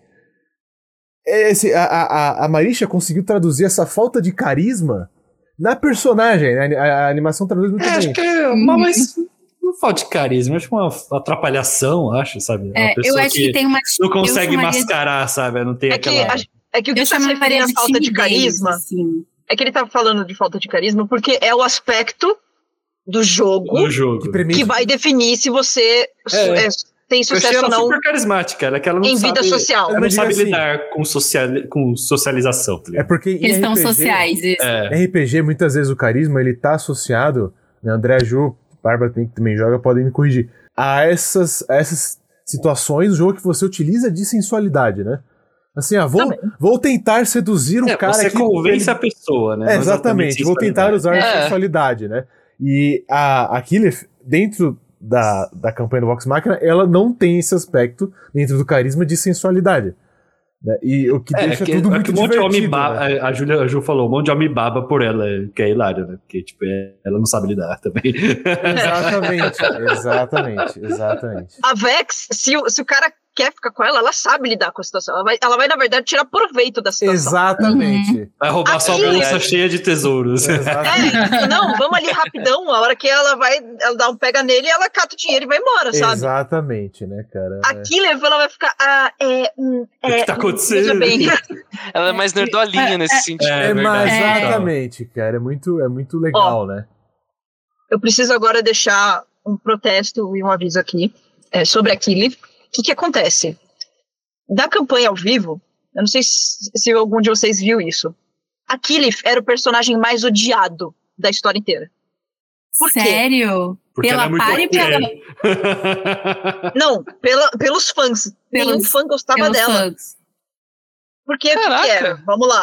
Esse, a, a, a Marisha conseguiu traduzir essa falta de carisma na personagem, né? A, a animação traduz muito É, acho bem. que é uma, mas não falta de carisma, acho uma atrapalhação, acho, sabe? É uma É, eu pessoa acho que, tem uma. não consegue eu chamaria de- mascarar, sabe? Não tem É que, aquela... a- é que o que Eu você se refere chamaria à de falta de timidez, carisma assim. é que ele tá falando de falta de carisma porque é o aspecto do jogo no jogo. Que permite- que vai definir se você su- É. é, tem Eu achei sucesso ou ela não super carismática, ela, que ela não em sabe, vida social. Ela não Mas diga sabe assim, lidar com, social, com socialização, tá É ligado? porque em Questão R P G, sociais. Isso. É. R P G, muitas vezes o carisma, ele tá associado, né? André, a Ju, Bárbara que também joga, podem me corrigir, a essas, a essas situações do jogo que você utiliza de sensualidade, né? Assim, ah, vou, vou tentar seduzir o É, cara você que... convence ele- a pessoa, né? É, Não exatamente, vou tentar usar É. a sensualidade, né? E a, a Killif, dentro da, da campanha do Vox Machina, ela não tem esse aspecto dentro do carisma de sensualidade. Né? E o que É, deixa que, tudo é muito que um monte de homem divertido. baba, né? a, Julia, a Ju falou, um monte de homem baba por ela, que é hilário, né? Porque, tipo, é- ela não sabe lidar também. Exatamente, exatamente, exatamente. A Vex, se o, se o cara quer ficar com ela, ela sabe lidar com a situação. Ela vai, ela vai na verdade, tirar proveito da situação. Exatamente. Vai roubar sua Aqui- bolsa cheia de tesouros. Exatamente. É, não, vamos ali rapidão, a hora que ela vai, ela dá um pega nele, ela cata o dinheiro e vai embora, sabe? Exatamente, né, cara? Aqui, ela vai ficar, ah, é, hum, é, O que tá acontecendo? veja bem. Ela é mais nerdolinha nesse sentido. é É, mas verdade. exatamente, cara. É muito, é muito legal, né? Eu preciso agora deixar um protesto e um aviso aqui é, sobre a Killif. O que que acontece? Da campanha ao vivo, eu não sei se, se algum de vocês viu isso, a Killif era o personagem mais odiado da história inteira. Por quê? Sério? Porque Pela ela é muito par e ok. pela, Não, pela, pelos fãs. Nenhum Pelos- fã gostava pelos dela. fãs. Porque o que Caraca. que era? Vamos lá.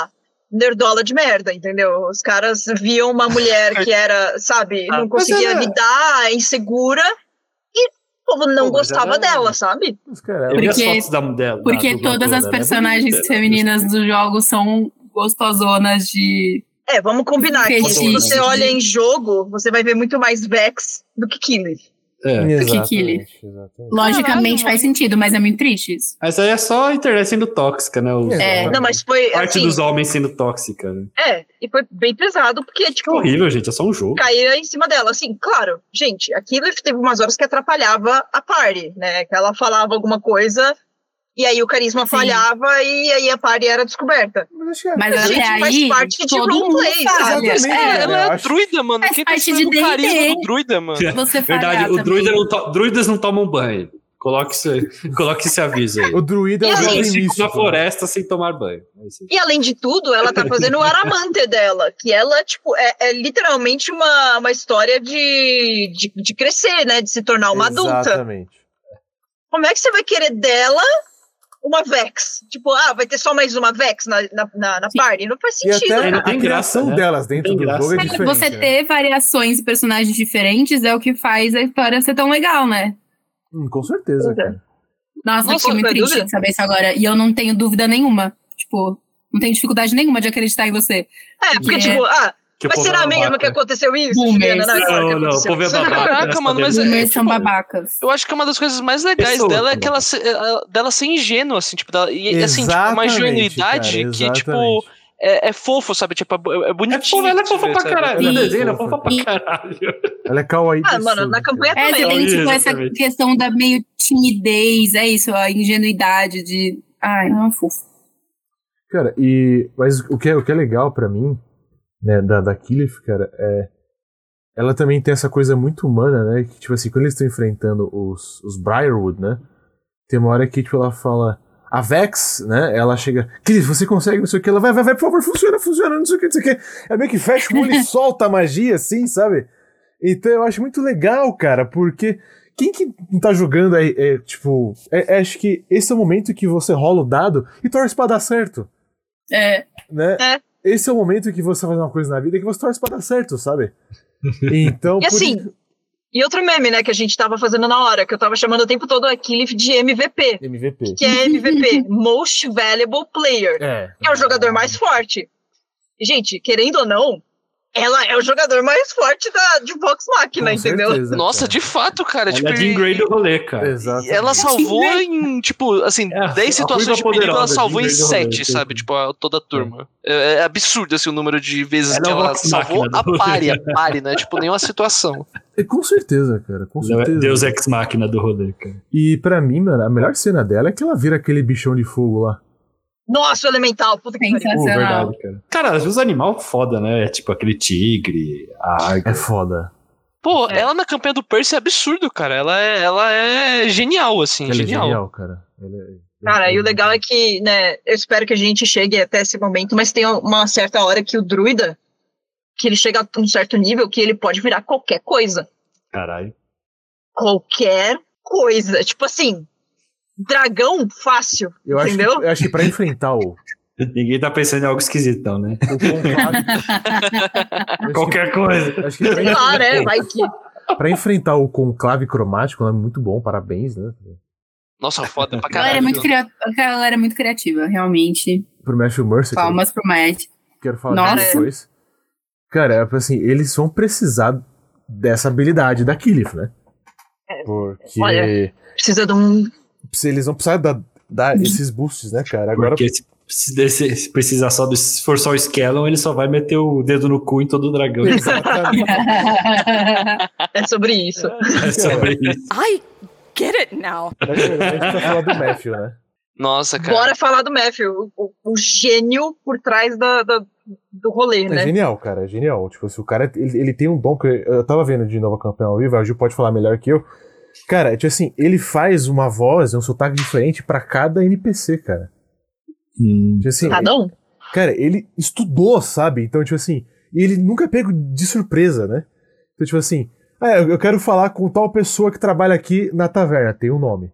nerdola de merda, entendeu? Os caras viam uma mulher que era, sabe, não conseguia era- lidar, insegura, e o povo não Pô, mas gostava era- dela, sabe? Mas, cara, Eu vi as Porque- fotos da, dela. Porque da todas as dubladora, personagens né? femininas do jogo são gostosonas de... É, vamos combinar que se Fetiche. você olha em jogo, você vai ver muito mais Vex do que Killy. É. exatamente, Kikili. exatamente. Logicamente Caralho, faz sentido, mas é muito triste isso. Mas aí é só a internet sendo tóxica, né? Os, É. Não, mas foi, parte assim, dos homens sendo tóxica. Né? é, e foi bem pesado, porque, Que tipo, horrível, gente. É só um jogo. caía em cima dela. Assim, claro, gente, aquilo teve umas horas que atrapalhava a party, né? Que ela falava alguma coisa e aí o carisma Sim. falhava e aí a party era descoberta. Mas acho que é- Mas A gente até faz aí, parte de todo mundo roleplay, falha. sabe? Exatamente. É, cara, ela é eu a acho- druida, mano. Faz Quem tá parte ensinando de o carisma D and D. do druida, mano? Você falhar Verdade, o também. druida não to... druidas não tomam banho. Coloque esse, coloque esse aviso aí. O druida é E um assim, jovem Eles ficam místico. na floresta sem tomar banho. É isso aí. E além de tudo, ela tá fazendo o Aramante dela, que ela, tipo, é, é literalmente uma, uma história de, de, de crescer, né? De se tornar uma adulta. Exatamente. Como é que você vai querer dela uma Vex? Tipo, ah, vai ter só mais uma Vex na, na, na, na Sim. party? Não faz E sentido. até não a tem criação graça, né? delas dentro Tem do graça. jogo é É, diferente. Você né? ter variações e personagens diferentes é o que faz a história ser tão legal, né? Hum, com certeza, Pois é. cara. Nossa, Nossa, eu fiquei muito foi triste dúvida? de saber isso agora. E eu não tenho dúvida nenhuma. Tipo, não tenho dificuldade nenhuma de acreditar em você. É, porque, É. tipo, ah, Que o mas povo será é mesmo babaca. que aconteceu isso? Boomers. Juliana? Não, Não, claro que não, o aconteceu. povo é babaca. Caraca, nessa mano, dele. mas é- Boomers são tipo, babacas. Eu acho que uma das coisas mais legais Pessoa dela é também. que ela, se- ela- dela ser ingênua, assim, tipo, dela, e assim, tipo, uma Exatamente, ingenuidade cara, que, tipo, exatamente. é, é fofo, sabe? Tipo, é, é É bonitinho. fofa, ela é de se fofa ver, pra sabe? caralho. Ela No é desenho, ela é fofa. fofa pra caralho. Ela é kawaii Ah, de mano, sub, na campanha cara. É, você tem, tipo, essa Exatamente. questão da meio timidez, é isso, a ingenuidade de... Ai, não é fofo. Cara, e... Mas o que é, o que é legal pra mim, né, da, da Killif, cara, é... Ela também tem essa coisa muito humana, né? Que, tipo assim, quando eles estão enfrentando os, os Briarwood, né? Tem uma hora que, tipo, ela fala... A Vex, né? Ela chega... Killif, você consegue, não sei o que. Ela vai, vai, vai, por favor, funciona, funciona, não sei o que, não sei o que. É meio que fecha o olho e solta a magia, assim, sabe? Então eu acho muito legal, cara, porque... Quem que não tá jogando aí, é, tipo... É, é, acho que esse é o momento que você rola o dado e torce pra dar certo. É, Né? É. Esse é o momento que você faz uma coisa na vida que você torce pra dar certo, sabe? Então, E por assim, isso- e outro meme, né, que a gente tava fazendo na hora, que eu tava chamando o tempo todo a Killif de M V P. M V P. Que é M V P, Most Valuable Player. É. Que é o jogador mais forte. E, gente, querendo ou não, ela é o jogador mais forte da, de Vox Machina, Com entendeu? certeza, Nossa, cara. de fato, cara. Ela tipo, é Jean Grey do rolê, cara. Exato. ela salvou em, tipo, assim, É, a dez situações de coisa perigo, ela poderosa, salvou em Jean Grey do rolê, sete, sim. sabe? Tipo, a- toda a turma. É, é absurdo, assim, o número de vezes Ela que é o ela Vox salvou Machina a do rolê. pare, a pare, né? Tipo, nenhuma situação. É, com certeza, cara. Com Ela é certeza. Deus Ex Machina do rolê, cara. E pra mim, mano, a melhor cena dela é que ela vira aquele bichão de fogo lá. Nossa, o Elemental, puta que pariu. Pô, sensacional. verdade, cara. Cara, os animais foda, né? É tipo aquele tigre, a águia. É foda. Pô, É. ela na campanha do Percy é absurdo, cara. Ela é, ela é genial, assim, Ela é genial. genial, cara. Ela é- Cara, e o legal é que, né, eu espero que a gente chegue até esse momento, mas tem uma certa hora que o druida, que ele chega a um certo nível que ele pode virar qualquer coisa. Caralho. Qualquer coisa. Tipo assim, dragão fácil, Eu acho, que, entendeu? eu acho que pra enfrentar o, Ninguém tá pensando em algo esquisitão, né? o conclave... eu acho que- Qualquer coisa. acho que pra, Sei lá, né, vai que... pra enfrentar o conclave cromático, ela é muito bom, parabéns, né? Nossa, foda pra a galera, caralho. é muito cria... a galera é muito criativa, realmente. Pro Matthew Mercer, que eu Palmas pro Matt. quero falar Nossa. disso depois. Cara, é assim, eles vão precisar dessa habilidade da Killif, né? Porque Olha. Precisa de um... se eles vão precisar dar, dar esses boosts, né, cara? Agora, Porque se, se, desse- se precisar só do, se for só o Skellon, ele só vai meter o dedo no cu em todo o dragão. exatamente. É sobre isso. É sobre isso. I get it now. A gente vai falar do Matthew, né? Nossa, cara. Bora falar do Matthew, o, o gênio por trás da, da- do rolê, É né? genial, cara, é genial. Tipo, se o cara, ele, ele tem um dom que eu, eu tava vendo de novo a campanha ao vivo, a Gil pode falar melhor que eu. Cara, tipo assim, ele faz uma voz, um sotaque diferente pra cada N P C, cara. Hum. Tipo assim, Cada um. cara, ele estudou, sabe? Então, tipo assim, e ele nunca é pego de surpresa, né? Então, tipo assim, ah, eu eu quero falar com tal pessoa que trabalha aqui na taverna, tem um nome.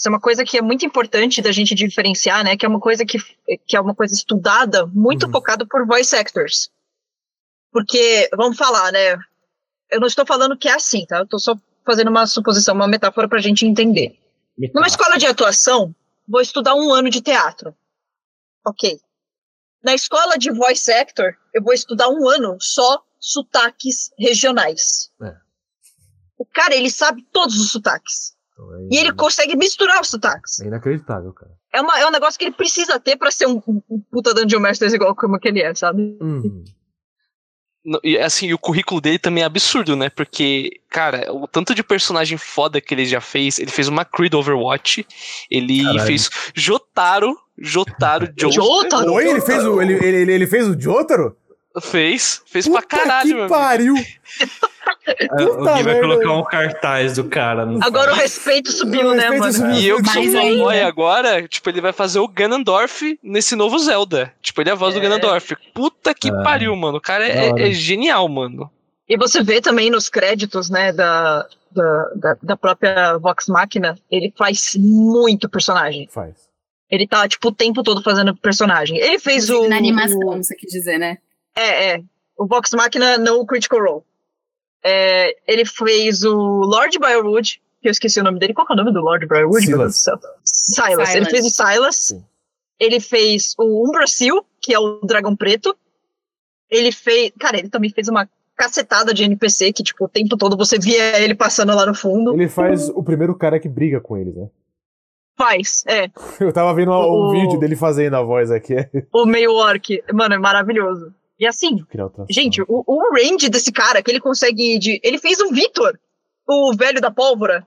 Isso é uma coisa que é muito importante da gente diferenciar, né? Que é uma coisa que, que é uma coisa estudada, muito uhum. focada por voice actors. Porque, vamos falar, né? Eu não estou falando que é assim, tá? Eu estou só fazendo uma suposição, uma metáfora pra gente entender. Metáfora. Numa escola de atuação, vou estudar um ano de teatro. Ok. Na escola de voice actor, eu vou estudar um ano só sotaques regionais. É. O cara, ele sabe todos os sotaques. É, e ele consegue misturar os sotaques. É inacreditável, cara. É, uma, é um negócio que ele precisa ter pra ser um, um, um puta Dungeon Master igual como que ele é, sabe? Uhum. E assim, o currículo dele também é absurdo, né? Porque, cara, o tanto de personagem foda que ele já fez. Ele fez o McCree do Overwatch. Ele Caralho. fez Jotaro. Jotaro Jotaro? Oi, ele fez o, ele, ele, ele fez o Jotaro? Fez. Fez Puta pra caralho, que meu pariu! Alguém vai colocar um cartaz do cara. Agora o respeito subiu, o respeito né, mano? Subiu. E eu que sou fanboy agora, tipo, ele vai fazer o Ganondorf nesse novo Zelda. Tipo, ele é a voz é. do Ganondorf. Puta que é. pariu, mano. O cara é, é, é genial, mano. E você vê também nos créditos, né, da, da, da, da própria Vox Machina, ele faz muito personagem. Faz. Ele tá, tipo, o tempo todo fazendo personagem. Ele fez o... Na animação, você quer dizer, né? É, é. O Vox Machina no Critical Role. É, ele fez o Lord Briarwood, que eu esqueci o nome dele. Qual que é o nome do Lord Briarwood? Silas. Silas. Silas. Ele fez o Silas. Sim. Ele fez o Umbrasil, que é o Dragão Preto. Ele fez... Cara, ele também fez uma cacetada de N P C, que, tipo, o tempo todo você via ele passando lá no fundo. Ele faz o primeiro cara que briga com eles, né? Faz, é. Eu tava vendo o, um vídeo dele fazendo a voz aqui. O meio orc. Mano, é maravilhoso. E assim, gente, o, o range desse cara, que ele consegue ir de... Ele fez o Victor, o velho da pólvora.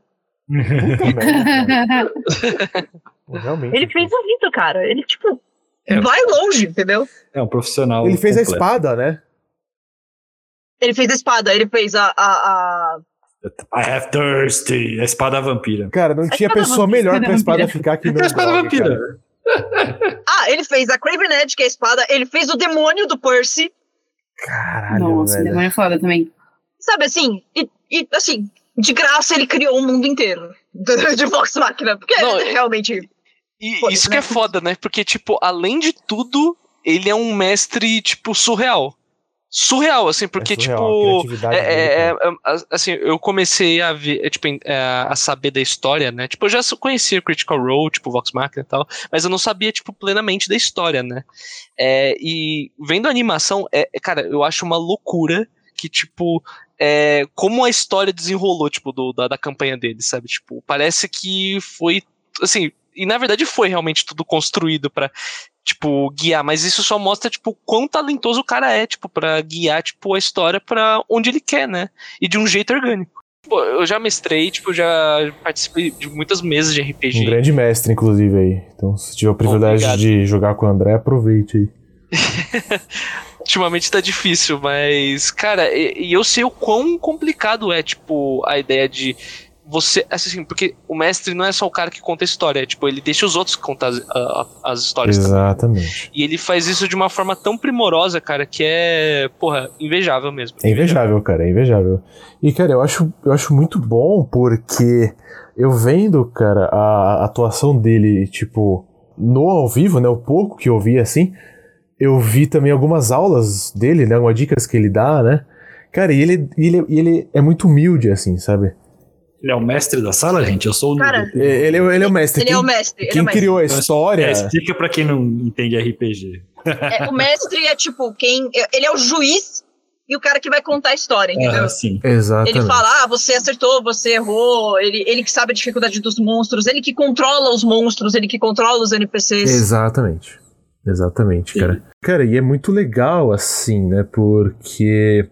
Realmente. Ele fez o Victor, cara. Ele, tipo, é. vai longe, entendeu? É um profissional. Ele fez completo. a espada, né? Ele fez a espada, ele fez a... a, a... I have thirsty. A espada vampira. Cara, não a tinha pessoa vampira, melhor pra a espada ficar aqui no a espada blog, vampira. Cara. Ah, ele fez a Craven Edge, que é a espada. Ele fez o demônio do Percy. Caralho, Nossa, velho. o demônio é foda também. Sabe, assim, e, e assim, de graça ele criou o mundo inteiro de Vox Machina, porque Não, ele realmente... E foda, isso né? que é foda, né? Porque, tipo, além de tudo, ele é um mestre, tipo, surreal. Surreal, assim, porque, é surreal, tipo, é, é, é, assim, eu comecei a ver, tipo, a saber da história, né, tipo, eu já conhecia Critical Role, tipo, Vox Machina e tal, mas eu não sabia, tipo, plenamente da história, né, é, e vendo a animação, é, cara, eu acho uma loucura que, tipo, é, como a história desenrolou, tipo, do, da, da campanha dele, sabe, tipo, parece que foi, assim, e na verdade foi realmente tudo construído pra, tipo, guiar, mas isso só mostra, tipo, quão talentoso o cara é, tipo, pra guiar, tipo, a história pra onde ele quer, né, e de um jeito orgânico. Pô, eu já mestrei, tipo, já participei de muitas mesas de R P G. Um grande mestre, inclusive, aí. Então, se tiver o privilégio Obrigado. de jogar com o André, aproveite aí. Ultimamente tá difícil, mas, cara, e, e eu sei o quão complicado é, tipo, a ideia de você, assim, porque o mestre não é só o cara que conta a história, é, tipo, ele deixa os outros contar as, a, as histórias Exatamente. também. E ele faz isso de uma forma tão primorosa, cara, que é, porra, invejável mesmo. É invejável, cara, é invejável. E, cara, eu acho, eu acho muito bom porque eu vendo, cara, a, a atuação dele, tipo, no ao vivo, né, o pouco que eu vi, assim, eu vi também algumas aulas dele, né, algumas dicas que ele dá, né, cara, e ele, ele, ele é muito humilde, assim, sabe? Ele é o mestre da sala, gente? Eu sou o... Cara, ele, ele é o mestre. Ele quem, é o mestre. Quem é o mestre. criou a história... É, explica pra quem não entende R P G. É, o mestre é tipo, quem... Ele é o juiz e o cara que vai contar a história, entendeu? Ah, sim. Exatamente. Ele fala, ah, você acertou, você errou, ele, ele que sabe a dificuldade dos monstros, ele que controla os monstros, ele que controla os N P Cs. Exatamente. Exatamente, sim. cara. Cara, e é muito legal, assim, né, porque...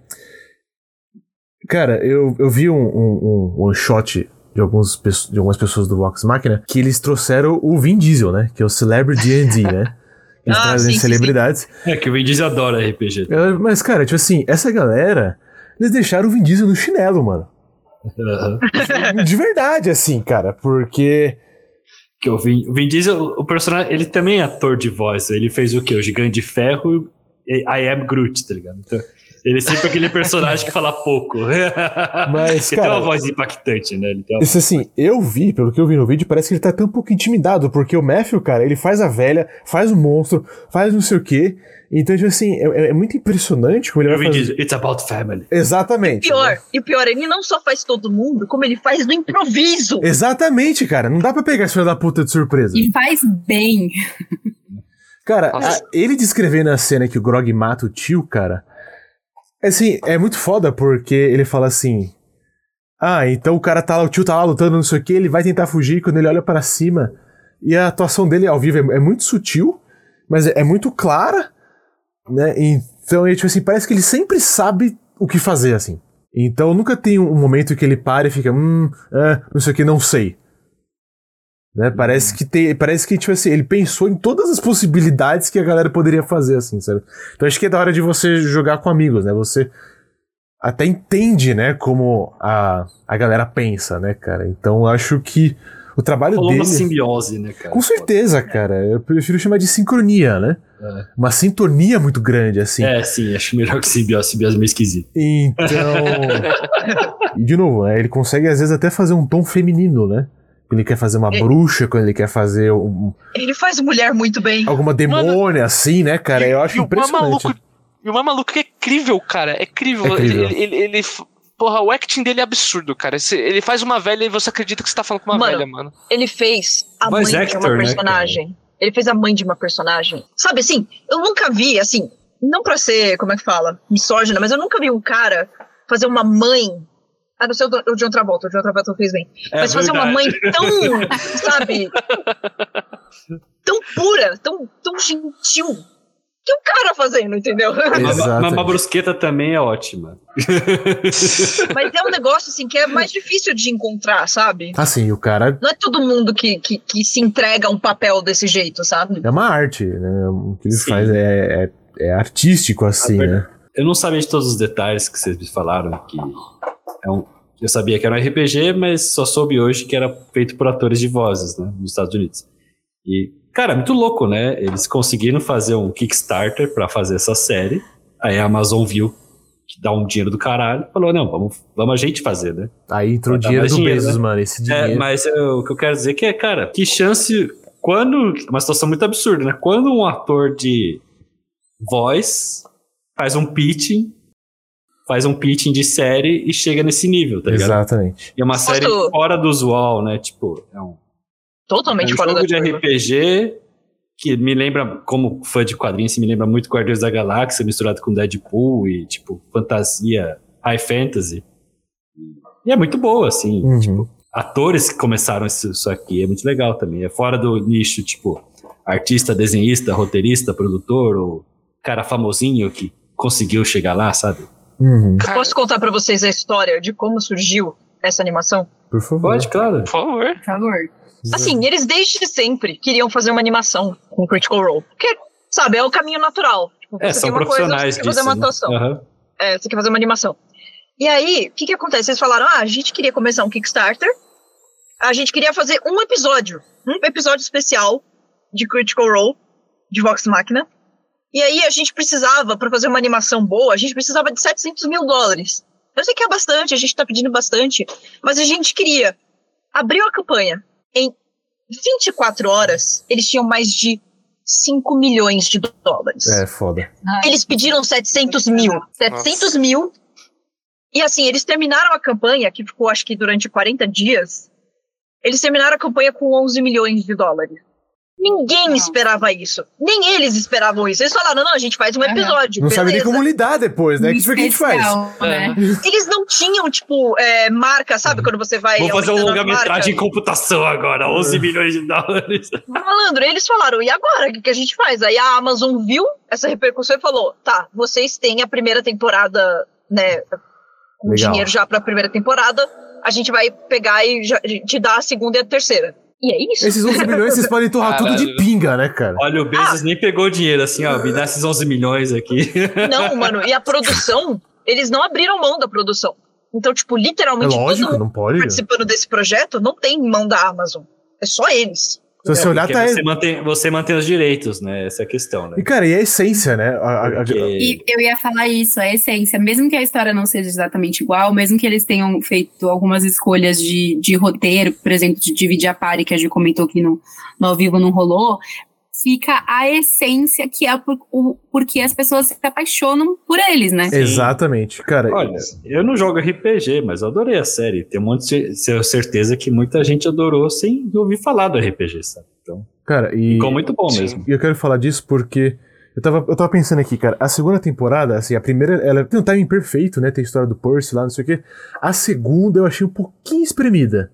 Cara, eu, eu vi um, um, um, um shot de, alguns, de algumas pessoas do Vox Machina que eles trouxeram o Vin Diesel, né? Que é o Celebrity D and D, né? Eles ah, trazem sim, celebridades. Sim, sim. É, que o Vin Diesel adora R P G. Mas, cara, tipo assim, essa galera, eles deixaram o Vin Diesel no chinelo, mano. Uhum. De verdade, assim, cara, porque... Que o, Vin, o Vin Diesel, o personagem, ele também é ator de voz. Ele fez o quê? O Gigante de Ferro e I Am Groot, tá ligado? Então... Ele é sempre aquele personagem que fala pouco. Mas, ele cara, tem uma voz impactante, né? Ele tem uma... Isso assim, eu vi, pelo que eu vi no vídeo, parece que ele tá até um pouco intimidado, porque o Matthew, cara, ele faz a velha, faz o monstro, faz não sei o quê. Então, tipo assim, é, é muito impressionante como ele Eu vai vi fazer. diz, It's about family. Exatamente. E pior, né? e pior, ele não só faz todo mundo, como ele faz no improviso. Exatamente, cara. Não dá pra pegar esse filho da puta de surpresa. E faz bem. Cara, a, ele descrevendo a cena que o Grog mata o tio, cara, assim, é muito foda porque ele fala assim: ah, então o cara tá lá, o tio tá lá lutando, não sei o que, ele vai tentar fugir quando ele olha pra cima. E a atuação dele ao vivo é, é muito sutil, mas é, é muito clara, né? Então, ele, tipo assim, parece que ele sempre sabe o que fazer, assim. Então nunca tem um momento que ele para e fica, hum, ah, não sei o que, não sei. Né? Parece que tem, parece que, tipo assim, ele pensou em todas as possibilidades que a galera poderia fazer, assim, sabe? Então acho que é da hora de você jogar com amigos, né? Você até entende, né, como a, a galera pensa, né, cara? Então acho que o trabalho Falou dele... uma simbiose, né, cara? Com certeza, cara. Eu prefiro chamar de sincronia, né? É. Uma sintonia muito grande, assim. É, sim, acho melhor que simbiose. Simbiose é meio esquisito. Então... e de novo, né, ele consegue às vezes até fazer um tom feminino, né? Quando ele quer fazer uma ele, bruxa, quando ele quer fazer um... Ele faz mulher muito bem. Alguma demônia, Mano, assim, né, cara? Eu acho e impressionante. Maluco, e o mais maluco é incrível, cara. É incrível. É incrível. Ele, ele, ele, porra, o acting dele é absurdo, cara. Ele faz uma velha e você acredita que você tá falando com uma mano, velha, mano. Ele fez a Voice mãe actor, de uma né, personagem. Cara? Ele fez a mãe de uma personagem. Sabe assim, eu nunca vi, assim, não pra ser, como é que fala, misógina, mas eu nunca vi um cara fazer uma mãe... A não ser o John Travolta, o John Travolta fez bem. É Mas fazer uma mãe tão, sabe, tão pura, tão, tão gentil, que o cara fazendo, entendeu? Mas a brusqueta também é ótima. Mas é um negócio, assim, que é mais difícil de encontrar, sabe? Assim, o cara... Não é todo mundo que, que, que se entrega a um papel desse jeito, sabe? É uma arte, né? O que ele Sim. faz é, é, é artístico, assim, né? Eu não sabia de todos os detalhes que vocês me falaram, que... É um, eu sabia que era um R P G, mas só soube hoje que era feito por atores de vozes, né, nos Estados Unidos. E, cara, muito louco, né? Eles conseguiram fazer um Kickstarter pra fazer essa série. Aí a Amazon viu que dá um dinheiro do caralho, falou, não, vamos, vamos a gente fazer, né? Aí entrou o dinheiro do dinheiro, Bezos, né? Mano, esse dinheiro. É, mas eu, o que eu quero dizer é que é, cara, que chance... Quando... Uma situação muito absurda, né? Quando um ator de voz faz um pitching... faz um pitching de série e chega nesse nível, tá ligado? Exatamente. E é uma Posso... série fora do usual, né? Tipo, é um... Totalmente é um fora jogo da de R P G que me lembra, como fã de quadrinhos, me lembra muito Guardiões da Galáxia misturado com Deadpool e, tipo, fantasia, high fantasy. E é muito boa, assim. Uhum. Tipo, atores que começaram isso aqui, é muito legal também. É fora do nicho, tipo, artista, desenhista, roteirista, produtor, ou cara famosinho que conseguiu chegar lá, sabe? Uhum. Posso contar pra vocês a história de como surgiu essa animação? Por favor. Pode, claro. Por favor. Por favor. Assim, eles desde sempre queriam fazer uma animação com Critical Role. Porque, sabe, é o caminho natural. Tipo, é, você são tem uma profissionais coisa, você quer fazer uma atuação. Né? Uhum. É, você quer fazer uma animação. E aí, o que que acontece? Eles falaram, ah, a gente queria começar um Kickstarter, a gente queria fazer um episódio, um episódio especial de Critical Role, de Vox Machina. E aí a gente precisava, para fazer uma animação boa, a gente precisava de setecentos mil dólares. Eu sei que é bastante, a gente tá pedindo bastante, mas a gente queria. Abriu a campanha. Em vinte e quatro horas, eles tinham mais de cinco milhões de dólares. É, foda. Eles pediram setecentos mil. setecentos mil. E assim, eles terminaram a campanha, que ficou acho que durante quarenta dias, eles terminaram a campanha com onze milhões de dólares. Ninguém não. esperava isso. Nem eles esperavam isso. Eles falaram, não, a gente faz um episódio. Não beleza. sabe nem como lidar depois, né? O que foi que a gente faz? Né? Eles não tinham, tipo, é, marca, sabe? Quando você vai... Vou fazer um longa-metragem em computação agora, onze milhões de dólares. Malandro, eles falaram, e agora? O que, que a gente faz? Aí a Amazon viu essa repercussão e falou, tá, vocês têm a primeira temporada, né, com Legal. dinheiro já pra primeira temporada, a gente vai pegar e já, te dar a segunda e a terceira. E é isso. Esses onze milhões vocês podem torrar tudo de pinga, né, cara? Olha, o Bezos ah. nem pegou dinheiro, assim, ó, me dá esses onze milhões aqui. Não, mano, e a produção, eles não abriram mão da produção. Então, tipo, literalmente, é lógico, todo mundo não pode. participando desse projeto não tem mão da Amazon. É só eles. Se você É, olhar, porque tá... você, mantém, você mantém os direitos, né? Essa é a questão, né? E, cara, e a essência, né? A, a, a... Porque- E eu ia falar isso, a essência. Mesmo que a história não seja exatamente igual, mesmo que eles tenham feito algumas escolhas de, de roteiro, por exemplo, de dividir a party, que a gente comentou que no, no ao vivo não rolou, fica a essência que é por, o, porque as pessoas se apaixonam por eles, né? Exatamente, cara. Olha, eu não jogo R P G, mas eu adorei a série. Tenho um monte de certeza que muita gente adorou sem ouvir falar do R P G, sabe? Então, Cara, e... ficou muito bom Sim. mesmo. E eu quero falar disso porque eu tava, eu tava pensando aqui, cara, a segunda temporada, assim, a primeira, ela tem um timing perfeito, né? Tem a história do Percy lá, não sei o quê. A segunda eu achei um pouquinho espremida,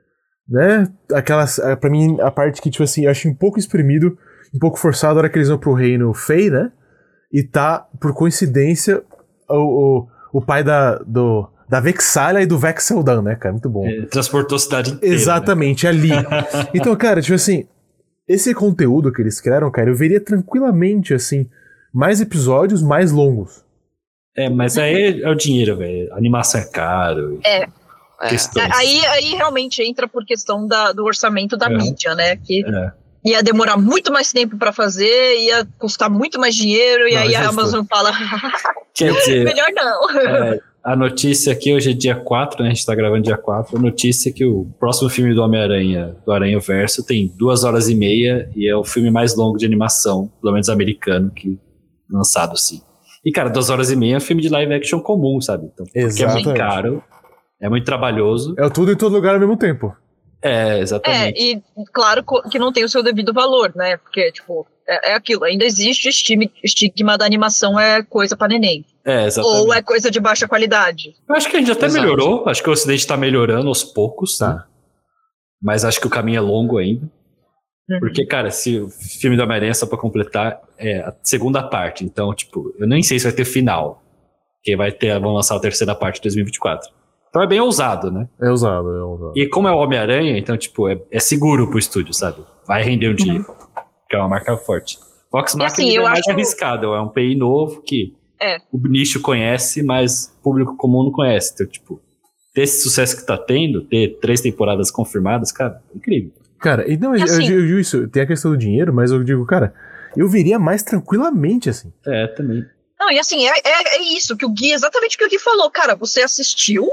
né? Aquelas, a- pra mim, a parte que, tipo assim, eu achei um pouco espremido, um pouco forçado a hora que eles vão pro reino Fey, né? E tá, por coincidência, o, o, o pai da, do, da Vexalia e do Vexeldan, né, cara? Muito bom. É, transportou a cidade inteira. Exatamente, ali. Então, cara, tipo assim, esse conteúdo que eles criaram, cara, eu veria tranquilamente, assim, mais episódios mais longos. Né? É, mas aí é o dinheiro, velho. A animação é caro. É. É. Questões. Aí, aí realmente entra por questão da, do orçamento da É. mídia, né? Que É. ia demorar muito mais tempo pra fazer, ia custar muito mais dinheiro, e Não, aí a justo. Amazon fala, Quer dizer, melhor não. é, a notícia aqui, hoje é dia quatro, né? A gente tá gravando dia quatro. A notícia é que o próximo filme do Homem-Aranha, do Aranha Verso, tem duas horas e meia e é o filme mais longo de animação, pelo menos americano, que lançado, sim. E, cara, duas horas e meia é um filme de live action comum, sabe? Então, porque é Exatamente. muito caro, é muito trabalhoso. É o tudo em todo lugar ao mesmo tempo. É, É, exatamente. e claro co- que não tem o seu devido valor, né? Porque, tipo, é, é aquilo, ainda existe o estigma, estigma da animação é coisa pra neném. É, exatamente. Ou é coisa de baixa qualidade. Eu acho que a gente até Exato. melhorou, acho que o Ocidente tá melhorando aos poucos, né? Tá. Mas acho que o caminho é longo ainda. Uhum. Porque, cara, se o filme do Homem-Aranha, só pra completar, é a segunda parte. Então, tipo, eu nem sei se vai ter final. Porque vai ter, vão lançar a terceira parte em dois mil e vinte e quatro. Então é bem ousado, né? É usado, é usado. E como é o Homem-Aranha, então, tipo, é, é seguro pro estúdio, sabe? Vai render um dinheiro. Que é uma marca forte. Vox Machina assim, é eu mais acho- arriscado. É um P I novo que É. o nicho conhece, mas o público comum não conhece. Então, tipo, ter esse sucesso que tá tendo, ter três temporadas confirmadas, cara, é incrível. Cara, e não, eu, Assim- eu digo isso, tem a questão do dinheiro, mas eu digo, cara, eu veria mais tranquilamente, assim. É, também. Não, e assim, é, é, é isso, que o Gui, exatamente o que o Gui falou. Cara, você assistiu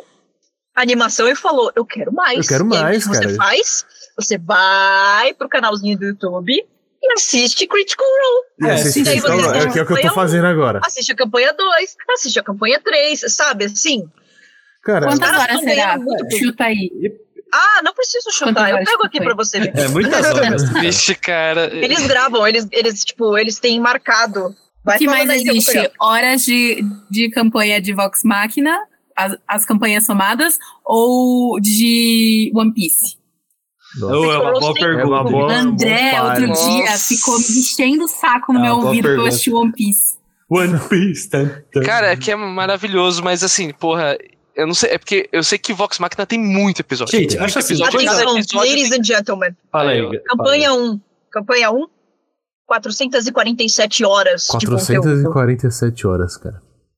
a animação e falou, eu quero mais. Eu quero E aí, mais, o que cara. você faz? Você vai pro canalzinho do YouTube e assiste Critical Role. É, assiste, daí então, você é, o que- é o que eu tô acompanha um- fazendo agora. Assiste a campanha dois, assiste a campanha três, sabe? Assim. Cara, Quantas caras horas tão será? ganhando muito. Chuta aí. Ah, não preciso chutar, Quantas eu horas pego que aqui foi? pra você ver. É muitas horas. cara. Vixe, cara. Eles gravam, eles, eles, tipo, eles têm marcado. Vai O que mais falando aí que eu vou existe? pegar. Horas de, de campanha de Vox Machina, as, as campanhas somadas, ou de One Piece? nossa. Oh, é uma boa É pergunta. uma boa- André, bom outro pare. dia, Nossa. ficou me enchendo o saco no É meu uma boa ouvido pra eu pergunta. assistir One Piece. One Piece. Tan, tan. Cara, é que é maravilhoso, mas assim, porra, eu não sei, é porque eu sei que Vox Machina tem muito episódio. Gente, Tem muito acho assim, episódio, coisa- cada Atenção, episódio ladies tem- and gentlemen. Fala aí. Aí, ó. fala aí. Campanha um. Campanha um. quatrocentas e quarenta e sete horas de quatrocentas e conteúdo. quarenta e sete horas, cara.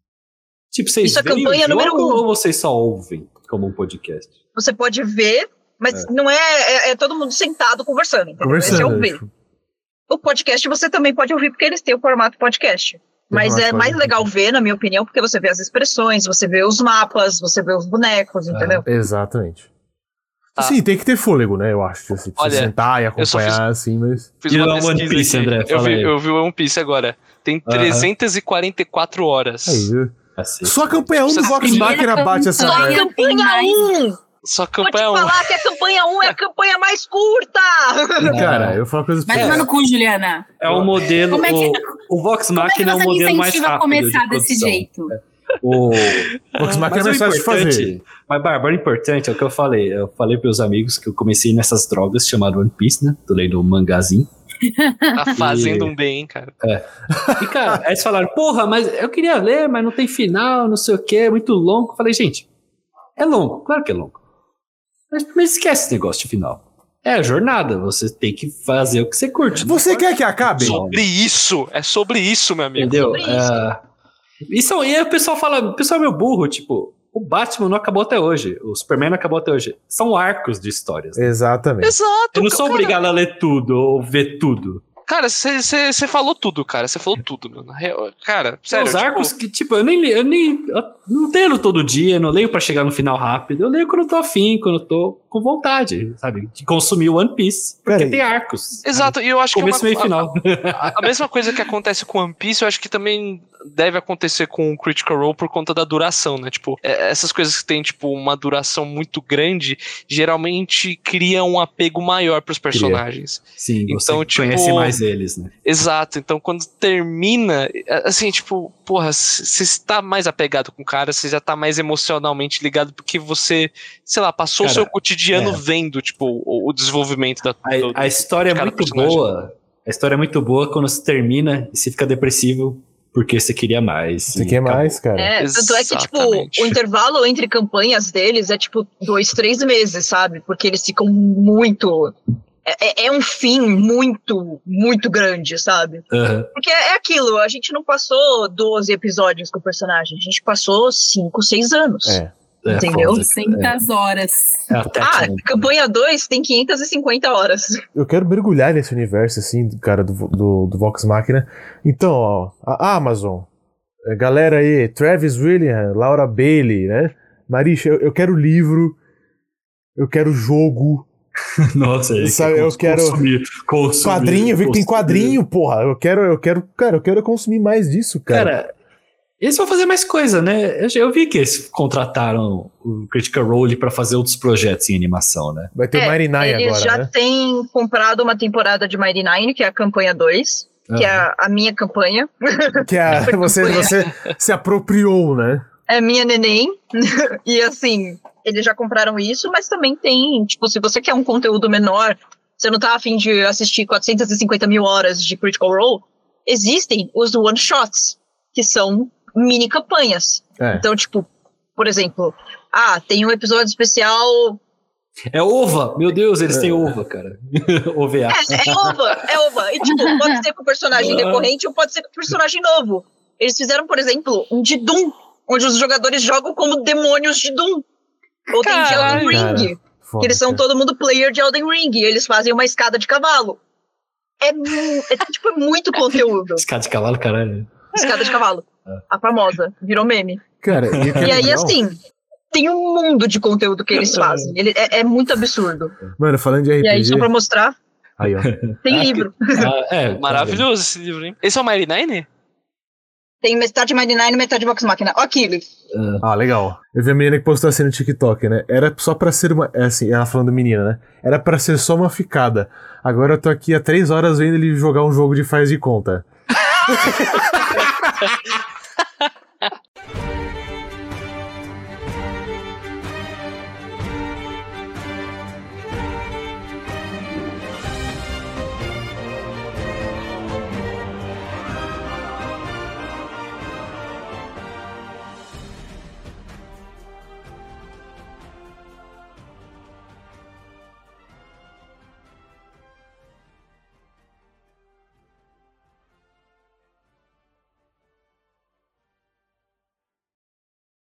Tipo, vocês Isso é veem campanha o jogo número um. ou vocês só ouvem como um podcast? Você pode ver, mas não é, é, é todo mundo sentado conversando. Entendeu? Esse é Conversando. o ver. tipo, O podcast você também pode ouvir, porque eles têm o formato podcast. Mas formato é mais podcast. legal ver, na minha opinião, porque você vê as expressões, você vê os mapas, você vê os bonecos, entendeu? Exatamente. Tá. Sim, tem que ter fôlego, né? Eu acho. Assim, pra você Olha, sentar e eu só fiz- acompanhar, assim, mas. Fiz E uma lá, One pesquisa Piece, aqui. André, eu, fala vi, aí. eu vi o One Piece agora. Tem Aham. trezentas e quarenta e quatro horas. Aí, viu? Cacete. Só a campanha um do Essa Vox primeira Machina bate essa. Só a campanha- É, campanha mais- um! Só Vou te campanha um. falar que a campanha um é a campanha mais curta! cara, eu falo coisas Vai pra tomar no cu, Juliana. É o modelo. Como é que- o, o Vox Como é que Machina é, o você me modelo mais incentiva a rápido. começar de desse produção. jeito? O Vox Machina Mas é o mais fácil de importante- fazer. Mas, Bárbara, o importante é o que eu falei. Eu falei pros amigos que eu comecei nessas drogas chamado One Piece, né? Tô lendo um mangazinho. Tá fazendo um bem, hein, cara. E, cara, aí eles falaram, porra, mas eu queria ler, mas não tem final, não sei o que, é muito longo. Eu falei, gente, é longo, claro que é longo. Mas, mas esquece esse negócio de final. É a jornada, você tem que fazer o que você curte. Você quer que acabe? Sobre isso, é sobre isso, meu amigo. Entendeu? Sobre isso. É, isso, e aí o pessoal fala, o pessoal é meio burro, tipo, o Batman não acabou até hoje, o Superman não acabou até hoje. São arcos de histórias. Né? Exatamente. Exato. Eu não sou cara. obrigado a ler tudo ou ver tudo. Cara, você falou tudo, cara. Você falou tudo, meu. Cara, sério. Os arcos tipo... que, tipo, eu nem li, eu nem. Eu não leio todo dia, não leio pra chegar no final rápido. Eu leio quando eu tô afim, quando eu tô com vontade, sabe? De consumir One Piece. Porque Pera tem aí. arcos. Exato, e eu acho Começo, que é meio uma, final. a, a, a mesma coisa que acontece com One Piece, eu acho que também deve acontecer com o Critical Role por conta da duração, né? Tipo, é, essas coisas que tem, tipo, uma duração muito grande, geralmente criam um apego maior pros personagens. Sim, você então, tipo, conhece mais eles, né? Exato, então quando termina, assim, tipo, porra, você está mais apegado com o cara, você já tá mais emocionalmente ligado, porque você, sei lá, passou Cara, o seu cotidiano é. vendo, tipo, o, o desenvolvimento da A, do, a história é de cada muito personagem. boa. A história é muito boa quando se termina e você fica depressivo porque você queria mais. Você e quer acabou. mais, cara? É, tanto é que, tipo, Exatamente. o intervalo entre campanhas deles é, tipo, dois, três meses, sabe? Porque eles ficam muito... É, é um fim muito, muito grande, sabe? Uhum. Porque é aquilo, a gente não passou doze episódios com o personagem, a gente passou cinco, seis anos. É. É, Entendeu? foda. duzentas horas. É, até Ah, que- campanha dois tem quinhentas e cinquenta horas. Eu quero mergulhar nesse universo, assim, do cara do, do, do Vox Machina. Então, ó, a Amazon, a galera aí, Travis William, Laura Bailey, né? Marisha, eu, eu quero livro, eu quero jogo, Nossa, aí Sabe, que eu cons- quero consumir, consumir, quadrinho, eu vi que tem consumir. quadrinho, porra. Eu quero, eu quero, cara, eu quero consumir mais disso, cara. Cara, eles vão fazer mais coisa, né? Eu, eu vi que eles contrataram o Critical Role pra fazer outros projetos em animação, né? Vai ter o É, Mighty Nine eles agora, já né? têm comprado uma temporada de Mighty Nine, que é a campanha dois, que é a, a minha campanha. Que a, você, você se apropriou, né? É minha neném. E assim, eles já compraram isso, mas também tem, tipo, se você quer um conteúdo menor, você não tá afim de assistir quatrocentas e cinquenta mil horas de Critical Role, existem os one-shots, que são mini campanhas. É. Então, tipo, por exemplo, ah, tem um episódio especial... É ova! Meu Deus, eles têm ova, cara. O V A. É, é ova, é ova. E tipo, pode ser com personagem recorrente ou pode ser com personagem novo. Eles fizeram, por exemplo, um de Doom, onde os jogadores jogam como demônios de Doom. Ou tem de Elden Ring, Cara, foda, que eles são cara. todo mundo player de Elden Ring, e eles fazem uma escada de cavalo. É, mu- é tipo, é muito conteúdo. Escada de cavalo, caralho. Escada de cavalo. A famosa, virou meme. Cara, e, o que é E aí, legal- assim, tem um mundo de conteúdo que eles fazem. Ele, é, é muito absurdo. Mano, falando de R E aí, P G. só pra mostrar, Aí, ó. tem Ah, livro. Ah, é, Maravilhoso esse livro, hein? Esse é o Mighty Nine? Tem metade Mighty Nine e metade Vox Machina. Ó, aquilo. Ah, legal. Eu vi a menina que postou assim no TikTok, né? Era só pra ser uma. É assim, ela falando menina, né? Era pra ser só uma ficada. Agora eu tô aqui há três horas vendo ele jogar um jogo de faz de conta.